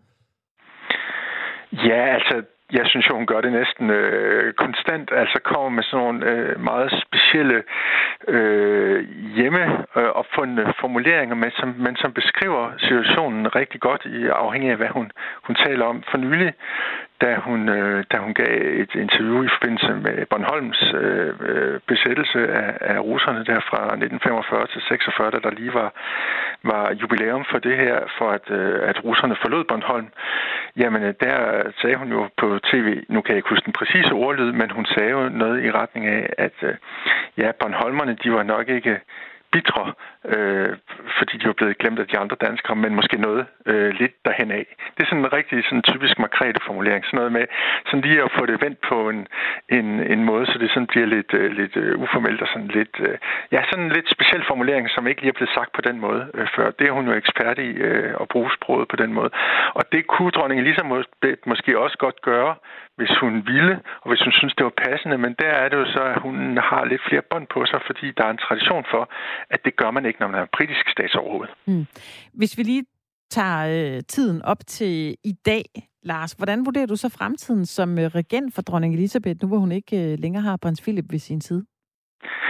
Ja, altså jeg synes jo, hun gør det næsten øh, konstant, altså kommer med sådan nogle øh, meget specielle øh, hjemmeopfundne øh, formuleringer, med, som, men som beskriver situationen rigtig godt, i afhængig af, hvad hun, hun taler om. For nylig, da hun, øh, da hun gav et interview i forbindelse med Bornholms øh, besættelse af, af russerne der fra nitten femogfyrre til seksogfyrre, da der lige var, var jubilæum for det her, for at, øh, at russerne forlod Bornholm. Jamen, der sagde hun jo på tv, nu kan jeg ikke huske den præcise ordlyd, men hun sagde jo noget i retning af, at øh, ja, Bornholmerne, de var nok ikke bitre, øh, fordi de var blevet glemt af de andre danskere, men måske noget øh, lidt derhen af. Det er sådan en rigtig sådan typisk Margrethe formulering, sådan noget med sådan lige at få det vendt på en, en, en måde, så det sådan bliver lidt, øh, lidt øh, uformelt og sådan lidt, øh, ja, sådan en lidt speciel formulering, som ikke lige er blevet sagt på den måde øh, før. Det er hun jo ekspert i øh, at bruge sproget på den måde. Og det kunne dronning Elizabeth måske også godt gøre, hvis hun ville, og hvis hun synes, det var passende, men der er det jo så, at hun har lidt flere bånd på sig, fordi der er en tradition for, at det gør man ikke, når man er britisk statsoverhoved. Mm. Hvis vi lige tager øh, tiden op til i dag, Lars, hvordan vurderer du så fremtiden som øh, regent for dronning Elizabeth, nu hvor hun ikke øh, længere har prins Philip ved sin side?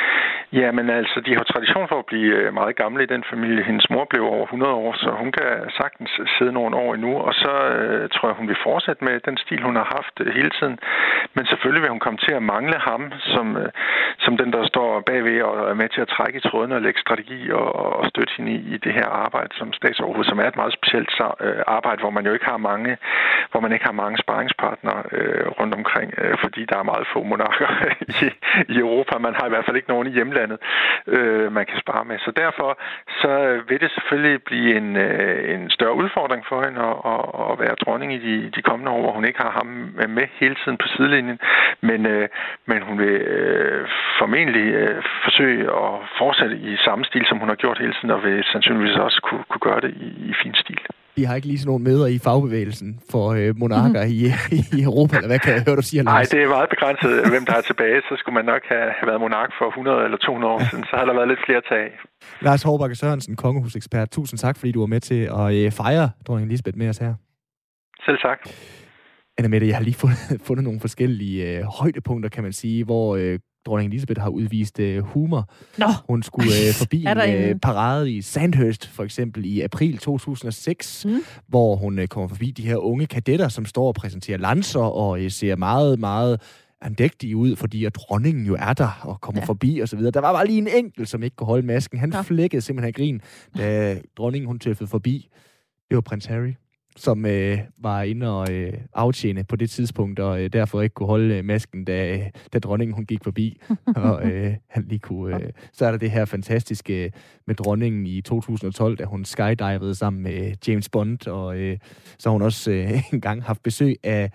Ja, men altså, de har tradition for at blive meget gamle i den familie. Hendes mor blev over hundrede år, så hun kan sagtens sidde nogle år endnu. Og så øh, tror jeg, hun vil fortsætte med den stil, hun har haft øh, hele tiden. Men selvfølgelig vil hun komme til at mangle ham, som, øh, som den, der står bagved og er med til at trække i trådene og lægge strategi og, og støtte hende i, i det her arbejde som statsoverhoved, som er et meget specielt øh, arbejde, hvor man jo ikke har mange, hvor man ikke har mange sparringspartnere øh, rundt omkring, øh, fordi der er meget få monarker i, i Europa. Man har i hvert fald ikke nogen i hjemlandet, øh, man kan spare med. Så derfor så vil det selvfølgelig blive en, øh, en større udfordring for hende at, at, at være dronning i de, de kommende år, hvor hun ikke har ham med hele tiden på sidelinjen. Men, øh, men hun vil øh, formentlig øh, forsøge at fortsætte i samme stil, som hun har gjort hele tiden, og vil sandsynligvis også kunne, kunne gøre det i, i fin stil. Vi har ikke lige sådan nogle møder i fagbevægelsen for øh, monarker mm. i, i Europa, eller hvad kan jeg høre, du siger, Lars? Nej, det er meget begrænset, hvem der er tilbage. Så skulle man nok have, have været monark for hundrede eller to hundrede år siden, så har der været lidt flere tag. Lars Hårbakke Sørensen, kongehusekspert. Tusind tak, fordi du var med til at øh, fejre dronning Elisabeth med os her. Selv tak. Anna-Mette, jeg har lige fundet, fundet nogle forskellige øh, højdepunkter, kan man sige, hvor øh, dronning Elisabeth har udvist øh, humor. Nå. Hun skulle øh, forbi en øh, parade i Sandhurst, for eksempel i april to tusind og seks, mm. hvor hun øh, kommer forbi de her unge kadetter, som står og præsenterer lanser og øh, ser meget, meget andægtige ud, fordi at dronningen jo er der og kommer ja. forbi og så videre. Der var bare lige en enkelt, som ikke kunne holde masken. Han Nå. flækkede simpelthen af grin, da dronningen hun tøffede forbi. Det var prins Harry, som øh, var inde og øh, aftjene på det tidspunkt, og øh, derfor ikke kunne holde øh, masken, da, da dronningen hun gik forbi. og øh, han lige kunne... Øh, så er der det her fantastiske øh, med dronningen i to tusind og tolv, da hun skydivede sammen med James Bond, og øh, så har hun også øh, engang haft besøg af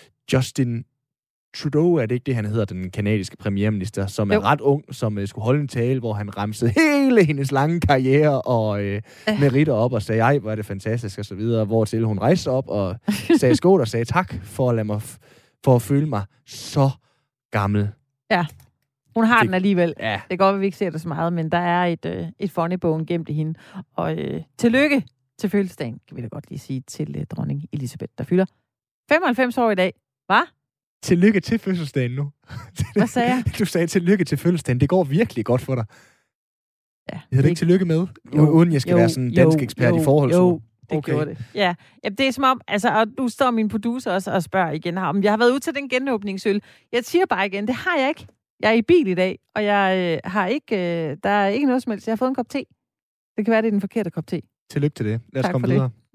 Justin Trudeau, er det ikke det, han hedder, den kanadiske premierminister, som jo. er ret ung, som uh, skulle holde en tale, hvor han ramsede hele hendes lange karriere og uh, øh. meritter op og sagde, ej, hvor er det fantastisk, og så videre, hvortil hun rejste op og sagde skål og sagde tak for at lade mig f- for at føle mig så gammel. Ja, hun har det, den alligevel. Ja. Det går, at vi ikke ser det så meget, men der er et, øh, et funny bone gemt i hende. Og øh, tillykke til fødselsdagen, kan vi da godt lige sige, til øh, dronning Elisabeth, der fylder femoghalvfems år i dag. Hvad? Tillykke til fødselsdagen nu. Hvad sagde jeg? Du sagde tillykke til fødselsdagen. Det går virkelig godt for dig. Ja, jeg havde ikke tillykke med, jo, uden jeg skal jo, være sådan en dansk ekspert jo, i forholdsord. Jo, det okay. gjorde det. Ja. ja, det er som om, altså, og du står min producer også og spørger igen her, om jeg har været ude til den genåbningsøl. Jeg siger bare igen, det har jeg ikke. Jeg er i bil i dag, og jeg øh, har ikke, øh, der er ikke noget som helst. Jeg har fået en kop te. Det kan være, det er den forkerte kop te. Tillykke til det. Lad os tak komme videre. Det.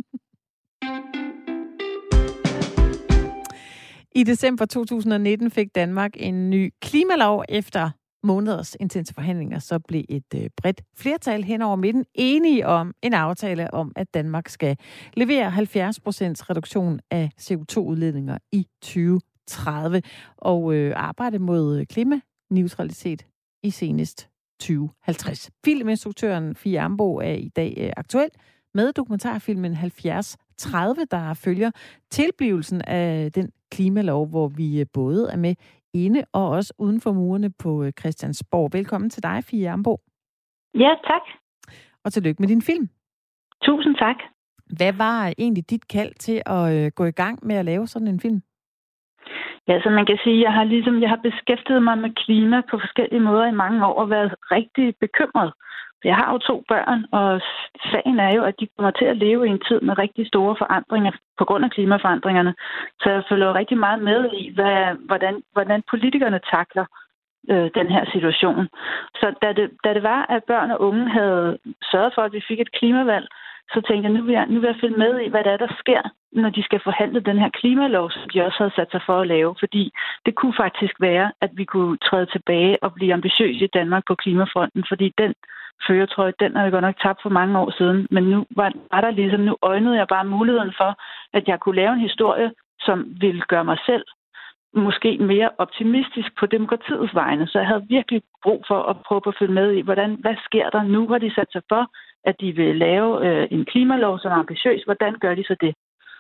I december to tusind og nitten fik Danmark en ny klimalov. Efter måneders intense forhandlinger, så blev et øh, bredt flertal hen over midten enige om en aftale om, at Danmark skal levere halvfjerds procent reduktion af C O to udledninger i tyve tredive og øh, arbejde mod klimaneutralitet i senest tyve halvtreds. Filminstruktøren Fie Ambo er i dag øh, aktuel med dokumentarfilmen halvfjerds tredive, der følger tilblivelsen af den klimalov, hvor vi både er med inde og også uden for murene på Christiansborg. Velkommen til dig, Fie Ambo. Ja, tak. Og tillykke med din film. Tusind tak. Hvad var egentlig dit kald til at øh, gå i gang med at lave sådan en film? Ja, så man kan sige, at jeg har, ligesom, jeg har beskæftiget mig med klima på forskellige måder i mange år og været rigtig bekymret. Jeg har jo to børn, og sagen er jo, at de kommer til at leve i en tid med rigtig store forandringer på grund af klimaforandringerne. Så jeg følger rigtig meget med i, hvad, hvordan, hvordan politikerne takler øh, den her situation. Så da det, da det var, at børn og unge havde sørget for, at vi fik et klimavalg, så tænkte jeg, nu vil jeg, nu vil jeg følge med i, hvad der er, der sker, når de skal forhandle den her klimalov, som de også havde sat sig for at lave. Fordi det kunne faktisk være, at vi kunne træde tilbage og blive ambitiøse i Danmark på klimafronten, fordi den førertrøje, den har vi godt nok tabt for mange år siden. Men nu var, var der ligesom, nu øjnede jeg bare muligheden for, at jeg kunne lave en historie, som ville gøre mig selv måske mere optimistisk på demokratiets vegne. Så jeg havde virkelig brug for at prøve at følge med i, hvordan, hvad sker der nu, har de sat sig for, at de vil lave øh, en klimalov, som er ambitiøs. Hvordan gør de så det?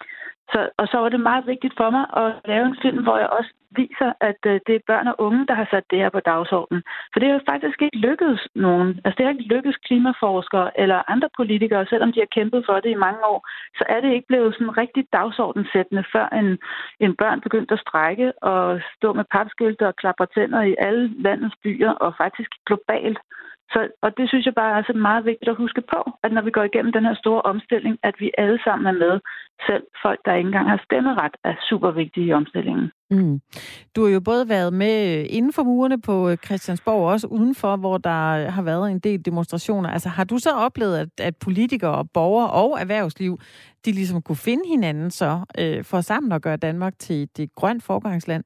Så, og så var det meget vigtigt for mig at lave en film, hvor jeg også viser, at øh, det er børn og unge, der har sat det her på dagsordenen. For det er jo faktisk ikke lykkedes nogen. Altså det har ikke lykkedes klimaforskere eller andre politikere, selvom de har kæmpet for det i mange år, så er det ikke blevet sådan rigtig dagsordensættende, før en, en børn begyndte at strække og stå med papskilte og klapre tænder i alle landets byer og faktisk globalt. Så, og det synes jeg bare er altså meget vigtigt at huske på, at når vi går igennem den her store omstilling, at vi alle sammen er med. Selv folk, der ikke engang har stemmeret, er super vigtige i omstillingen. Mm. Du har jo både været med inden for murene på Christiansborg, og også udenfor, hvor der har været en del demonstrationer. Altså har du så oplevet, at, at politikere og borgere og erhvervsliv, de ligesom kunne finde hinanden så øh, for sammen at gøre Danmark til et grønt foregangsland?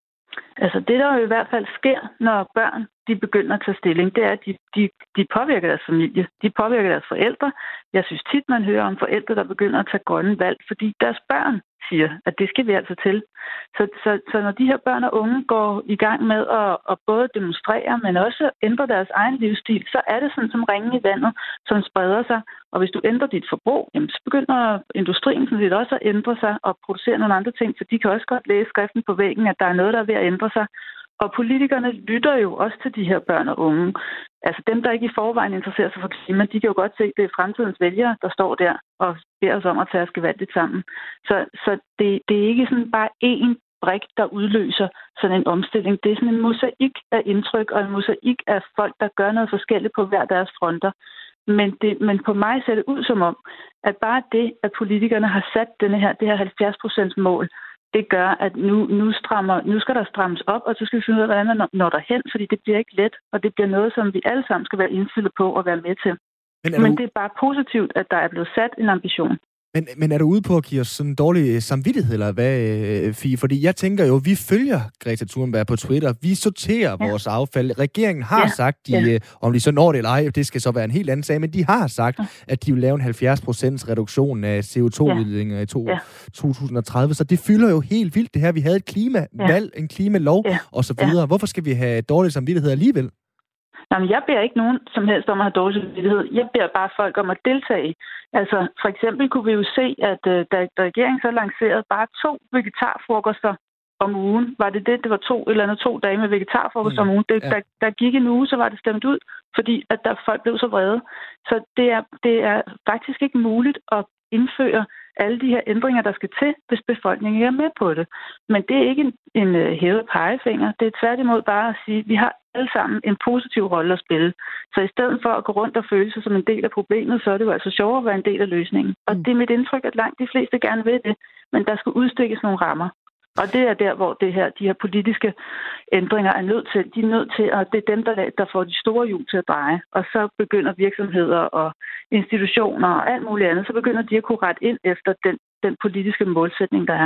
Altså det, der jo i hvert fald sker, når børn de begynder at tage stilling, det er, at de, de, de påvirker deres familie. De påvirker deres forældre. Jeg synes tit, man hører om forældre, der begynder at tage grønne valg, fordi deres børn siger, at det skal vi altså til. Så, så, så når de her børn og unge går i gang med at, at både demonstrere, men også ændre deres egen livsstil, så er det sådan som ringen i vandet, som spreder sig. Og hvis du ændrer dit forbrug, jamen, så begynder industrien sådan set også at ændre sig og producere nogle andre ting, for de kan også godt læse skriften på væggen, at der er noget, der er ved at ændre sig. Og politikerne lytter jo også til de her børn og unge. Altså dem, der ikke i forvejen interesserer sig for klima, de kan jo godt se, at det er fremtidens vælgere, der står der og beder os om at tage os gevaldigt sammen. Så, så det, det er ikke sådan bare én brik, der udløser sådan en omstilling. Det er sådan en mosaik af indtryk og en mosaik af folk, der gør noget forskelligt på hver deres fronter. Men, det, men på mig ser det ud som om, at bare det, at politikerne har sat denne her, det her halvfjerds procent mål, det gør, at nu, nu, strammer, nu skal der strammes op, og så skal vi finde ud af, hvordan man når derhen, fordi det bliver ikke let, og det bliver noget, som vi alle sammen skal være indstillet på at være med til. Men, du... men det er bare positivt, at der er blevet sat en ambition. Men, men er du ude på at give os sådan en dårlig samvittighed, eller hvad, Fie? Fordi jeg tænker jo, vi følger Greta Thunberg på Twitter. Vi sorterer ja. vores affald. Regeringen har ja. sagt, de, ja. om de så når det eller ej, det skal så være en helt anden sag, men de har sagt, ja. at de vil lave en halvfjerds procent reduktion af C O to udledninger ja. i to, ja. to tusind og tredive. Så det fylder jo helt vildt det her. Vi havde et klimavalg, ja. en klimalov ja. og så videre. Ja. Hvorfor skal vi have dårlig samvittighed alligevel? Jamen, jeg beder ikke nogen som helst om at have dårlig samvittighed. Jeg beder bare folk om at deltage. Altså, for eksempel kunne vi jo se, at uh, da, da regeringen så lancerede bare to vegetarfrokoster om ugen, var det det, det var to eller andet to dage med vegetarfrokost mm, om ugen. Det, ja. der, der gik en uge, så var det stemt ud, fordi at der folk blev så vrede. Så det er, det er faktisk ikke muligt at indføre alle de her ændringer, der skal til, hvis befolkningen er med på det. Men det er ikke en, en uh, hævet pegefinger. Det er tværtimod bare at sige, at vi har alle sammen en positiv rolle at spille. Så i stedet for at gå rundt og føle sig som en del af problemet, så er det jo altså sjovere at være en del af løsningen. Og mm. det er mit indtryk, at langt de fleste gerne vil det, men der skal udstikkes nogle rammer. Og det er der, hvor det her, de her politiske ændringer er nødt til. De er nødt til, og det er dem, der, der får de store hjul til at dreje. Og så begynder virksomheder og institutioner og alt muligt andet, så begynder de at kunne rette ind efter den, den politiske målsætning, der er.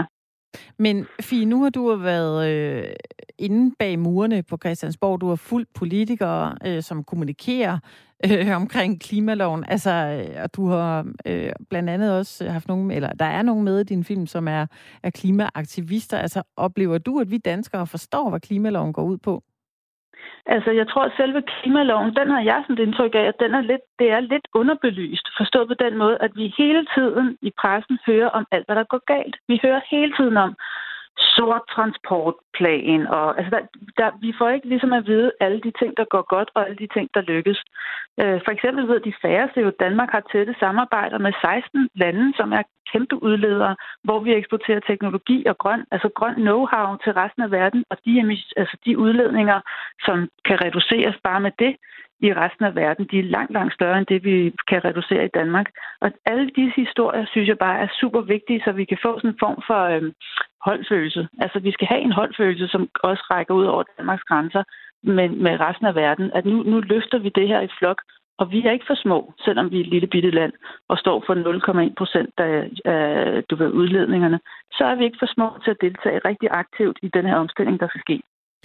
Men Fie, nu har du været øh, inde bag murene på Christiansborg. Du har fulgt politikere, øh, som kommunikerer øh, omkring klimaloven. Altså, øh, og du har øh, blandt andet også haft nogen, eller der er nogen med i din film, som er, er klimaaktivister. Altså, oplever du, at vi danskere forstår, hvad klimaloven går ud på? Altså, jeg tror, at selve klimaloven, den har jeg sådan et indtryk af, at den er lidt, det er lidt underbelyst. Forstået på den måde, at vi hele tiden i pressen hører om alt, hvad der går galt. Vi hører hele tiden om sort transportplan, og altså der, der, vi får ikke ligesom at vide alle de ting, der går godt, og alle de ting, der lykkes. Øh, for eksempel ved de færreste jo, at Danmark har tætte samarbejder med seksten lande, som er kæmpe udledere, hvor vi eksporterer teknologi og grøn, altså grøn know-how til resten af verden, og de, altså de udledninger, som kan reduceres bare med det, i resten af verden, de er langt, langt større end det, vi kan reducere i Danmark. Og alle disse historier, synes jeg bare er super vigtige, så vi kan få sådan en form for øhm, holdfølelse. Altså, vi skal have en holdfølelse, som også rækker ud over Danmarks grænser, men med resten af verden, at nu, nu løfter vi det her i flok, og vi er ikke for små, selvom vi er et lille bitte land og står for nul komma en procent af, af du ved, udledningerne, så er vi ikke for små til at deltage rigtig aktivt i den her omstilling, der skal ske.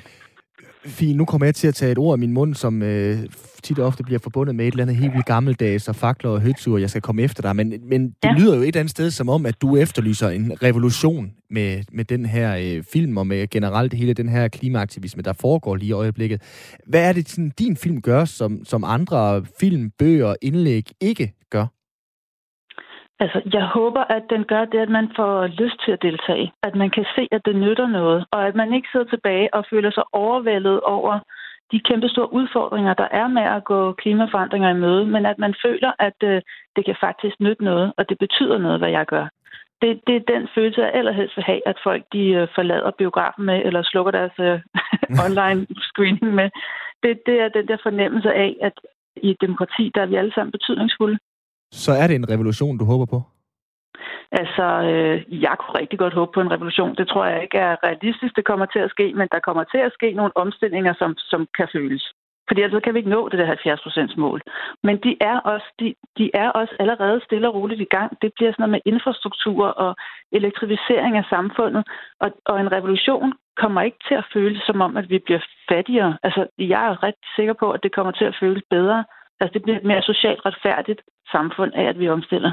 Fie, nu kommer jeg til at tage et ord i min mund, som øh, tit og ofte bliver forbundet med et eller andet helt vildt gammeldags og fakler og højtur, jeg skal komme efter dig. Men, men det ja. lyder jo et eller andet sted som om, at du efterlyser en revolution med, med den her øh, film og med generelt hele den her klimaaktivisme, der foregår lige i øjeblikket. Hvad er det, sådan, din film gør, som, som andre film, bøger, indlæg ikke gør? Altså, jeg håber, at den gør det, at man får lyst til at deltage. At man kan se, at det nytter noget. Og at man ikke sidder tilbage og føler sig overvældet over de kæmpe store udfordringer, der er med at gå klimaforandringer i møde. Men at man føler, at øh, det kan faktisk nytte noget, og det betyder noget, hvad jeg gør. Det, det er den følelse, jeg allerhelst vil have, at folk de øh, forlader biografen med, eller slukker deres øh, online screening med. Det, det er den der fornemmelse af, at i et demokrati, der er vi alle sammen betydningsfulde. Så er det en revolution, du håber på? Altså, øh, jeg kunne rigtig godt håbe på en revolution. Det tror jeg ikke er realistisk, det kommer til at ske, men der kommer til at ske nogle omstillinger, som, som kan føles. Fordi altså kan vi ikke nå det der halvfjerds procents mål. Men de er, også, de, de er også allerede stille og roligt i gang. Det bliver sådan noget med infrastruktur og elektrificering af samfundet. Og, og en revolution kommer ikke til at føles som om, at vi bliver fattigere. Altså, jeg er ret sikker på, at det kommer til at føles bedre. Altså, det bliver et mere socialt retfærdigt samfund af, at vi omstiller.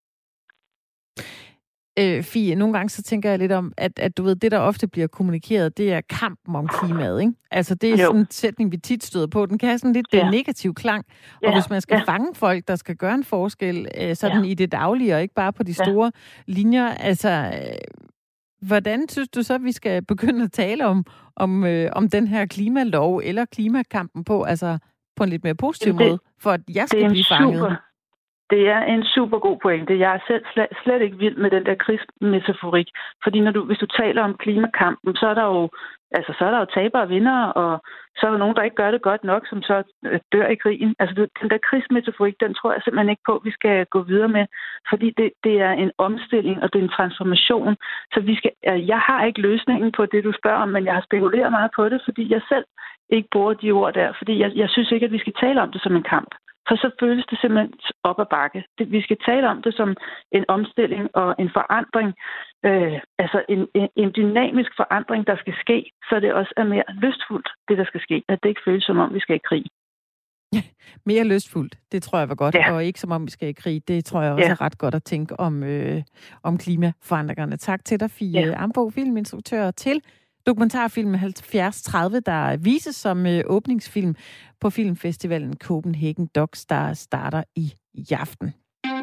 Øh, Fie, nogle gange så tænker jeg lidt om, at, at du ved, det der ofte bliver kommunikeret, det er kampen om klimaet, ikke? Altså, det er jo sådan en sætning, vi tit støder på. Den kan have sådan lidt ja. negativ klang. Og ja. hvis man skal ja. fange folk, der skal gøre en forskel, øh, sådan ja. i det daglige, og ikke bare på de store ja. linjer, altså, øh, hvordan synes du så, at vi skal begynde at tale om, om, øh, om den her klimalov, eller klimakampen på, altså på en lidt mere positiv det, måde, for at jeg skal blive fanget? Super. Det er en super god pointe. Jeg er selv slet, slet ikke vild med den der krigsmetaforik. Fordi når du, hvis du taler om klimakampen, så er der jo, altså, så er der jo tabere og vindere, og så er der nogen, der ikke gør det godt nok, som så dør i krigen. Altså den der krigsmetaforik, den tror jeg simpelthen ikke på, at vi skal gå videre med. Fordi det, det er en omstilling, og det er en transformation. Så vi skal, jeg har ikke løsningen på det, du spørger om, men jeg har spekuleret meget på det, fordi jeg selv ikke bruger de ord der. Fordi jeg, jeg synes ikke, at vi skal tale om det som en kamp. For så føles det simpelthen op ad bakke. Det, vi skal tale om det som en omstilling og en forandring. Øh, altså en, en, en dynamisk forandring, der skal ske, så det også er mere lystfuldt, det der skal ske. At det ikke føles som om, vi skal i krig. Ja, mere lystfuldt, det tror jeg var godt. Ja. Og ikke som om, vi skal i krig. Det tror jeg også ja. er ret godt at tænke om, øh, om klimaforandringerne. Tak til dig, Fie ja. Ambo, filminstruktør, til dokumentarfilmen halvfjerds tredive, der vises som øh, åbningsfilm på filmfestivalen Copenhagen Docs, der starter i, i aften.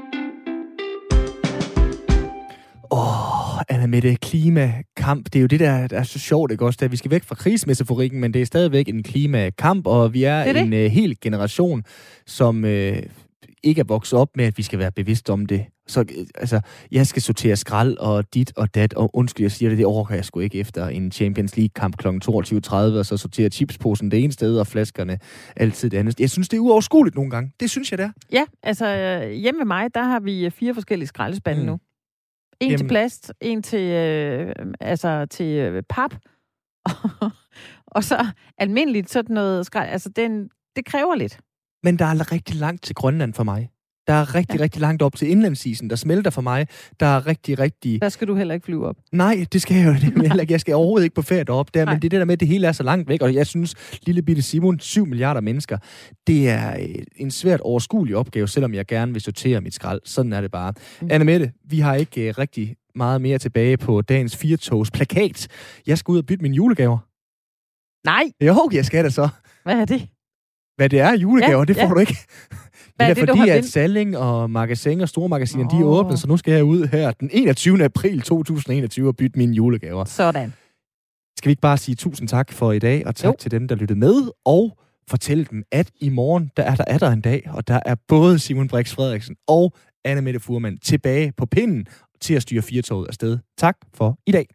Åh, oh, Anna-Mette, klimakamp, det er jo det, der, der er så sjovt, ikke også? Da vi skal væk fra krigsmetaforikken, men det er stadigvæk en klimakamp, og vi er, er en uh, hel generation, som uh, ikke er vokset op med, at vi skal være bevidst om det. Så altså, jeg skal sortere skrald og dit og dat, og undskyld, jeg siger det, det overgår jeg sgu ikke efter en Champions League-kamp kl. toogtyve tredive, og så sortere chipsposen det ene sted, og flaskerne altid det andet. Jeg synes, det er uoverskueligt nogle gange. Det synes jeg, det er. Ja, altså hjemme ved mig, der har vi fire forskellige skraldespande mm. nu. En Jamen. til plast, en til, øh, altså, til øh, pap, og så almindeligt sådan noget skrald. Altså, den, det kræver lidt. Men der er rigtig langt til Grønland for mig. Der er rigtig, ja. rigtig langt op til indlandsisen, der smelter for mig. Der er rigtig, rigtig... Der skal du heller ikke flyve op. Nej, det skal jeg jo heller ikke. Jeg skal overhovedet ikke på ferie deroppe der, men det er det der med, at det hele er så langt væk. Og jeg synes, lille bitte Simon, syv milliarder mennesker, det er en svært overskuelig opgave, selvom jeg gerne vil sortere mit skrald. Sådan er det bare. Mm. Anna-Mette, vi har ikke uh, rigtig meget mere tilbage på dagens firetogs plakat. Jeg skal ud og bytte mine julegaver. Nej! Jo, jeg skal det så. Hvad er det? Hvad det er julegaver, ja, det får ja. du ikke. Hvad det er, er det, fordi, at Salling og Magasin og store magasiner, oh. de er åbne, så nu skal jeg ud her den enogtyvende april to tusind og enogtyve og bytte mine julegaver. Sådan. Skal vi ikke bare sige tusind tak for i dag, og tak jo. til dem, der lyttede med, og fortælle dem, at i morgen, der er der, er der en dag, og der er både Simon Brix Frederiksen og Anna-Mette Fuhrmann tilbage på pinden til at styre firetoget afsted. Tak for i dag.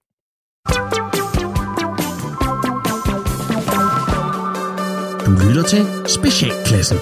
Du lytter til Specialklassen.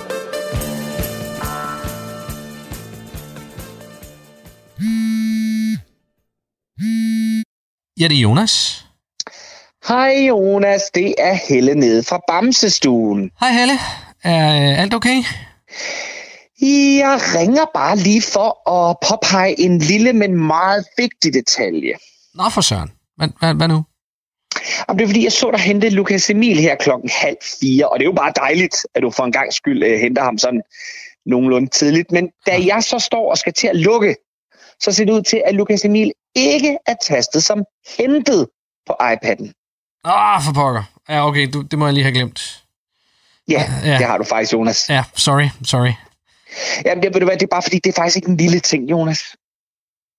Ja, det er Jonas. Hej Jonas, det er Helle nede fra Bamsestuen. Hej Helle, er alt okay? Jeg ringer bare lige for at påpege en lille, men meget vigtig detalje. Nå for søren, hvad, hvad, hvad nu? Jamen, det er fordi, jeg så dig hente Lukas Emil her klokken halv fire, og det er jo bare dejligt, at du for en gang skyld uh, henter ham sådan nogenlunde tidligt. Men da jeg så står og skal til at lukke, så ser det ud til, at Lukas Emil ikke er tastet som hentet på iPad'en. Ah, for pokker. Ja, okay, du, det må jeg lige have glemt. Ja, ja, det har du faktisk, Jonas. Ja, sorry, sorry. Jamen, det, ved du hvad, det er bare fordi, det er faktisk ikke en lille ting, Jonas.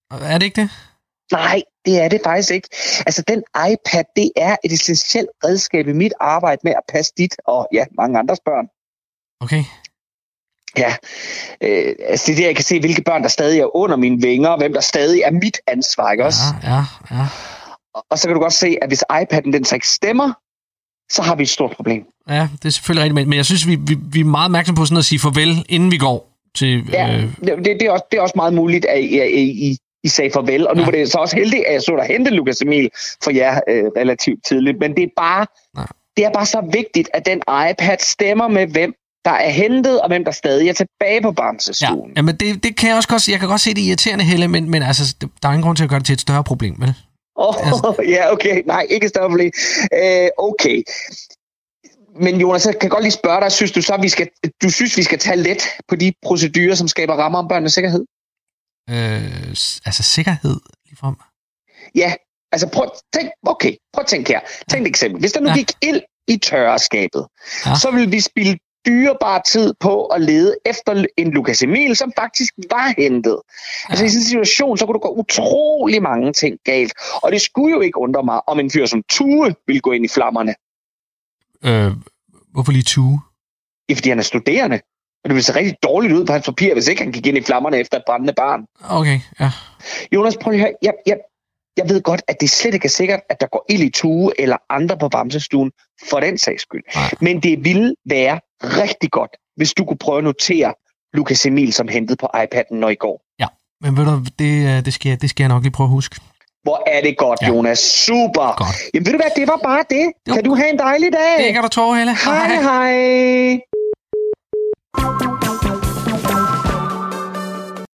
Er det ikke det? Nej, det er det faktisk ikke. Altså, den iPad, det er et essentielt redskab i mit arbejde med at passe dit og ja, mange andres børn. Okay. Ja, øh, altså det er det, jeg kan se, hvilke børn, der stadig er under mine vinger, hvem der stadig er mit ansvar, ikke også? Ja, ja, ja. Og, og så kan du godt se, at hvis iPad'en den så ikke stemmer, så har vi et stort problem. Ja, det er selvfølgelig rigtigt, men jeg synes, vi, vi, vi er meget opmærksomme på sådan at sige farvel, inden vi går til... Ja, øh... det, det, er også, det er også meget muligt, at I, I, I sagde farvel, og nu ja. var det så også heldigt, at jeg så dig hente Lukas Emil for jer øh, relativt tidligt, men det er bare ja. det er bare så vigtigt, at den iPad stemmer med, hvem der er hentet, og hvem der stadig er tilbage på bamsestuen. Ja, men det, det kan jeg også godt, jeg kan godt se det irriterende, Helle, men, men altså, der er ingen grund til at gøre det til et større problem, vel? Åh, oh, altså. Ja, okay. Nej, ikke et større problem. Uh, okay. Men Jonas, jeg kan godt lige spørge dig, synes du så, vi skal, du synes, vi skal tage let på de procedurer, som skaber rammer om børnenes sikkerhed? Øh, altså sikkerhed, ligefrem? Ja, altså prøv at tænk, okay, prøv at tænke her. Tænk et eksempel. Hvis der nu ja. gik ild i tørreskabet, ja. så ville vi spille dyrebar tid på at lede efter en Lukas Emil, som faktisk var hentet. Ja. Altså i sådan en situation, så kunne der gå utrolig mange ting galt. Og det skulle jo ikke undre mig, om en fyr som Tue ville gå ind i flammerne. Øh, hvorfor lige Tue? Ja, fordi han er studerende. Og det ville se rigtig dårligt ud på hans papir, hvis ikke han gik ind i flammerne efter et brændende barn. Okay, ja. Jonas, prøv at høre. Jeg, jeg, jeg ved godt, at det slet ikke er sikkert, at der går ild i Tue eller andre på bamsestuen for den sags skyld. Nej. Men det ville være rigtig godt, hvis du kunne prøve at notere Lukas Emil som hentet på iPad'en, når I går. Ja, men ved du, det, det, skal, jeg, det skal jeg nok lige prøve at huske. Hvor er det godt, ja. Jonas. Super. Godt. Jamen ved du hvad, det var bare det. Jo. Kan du have en dejlig dag? Det kan du tro, Helle. Hej, hej. hej.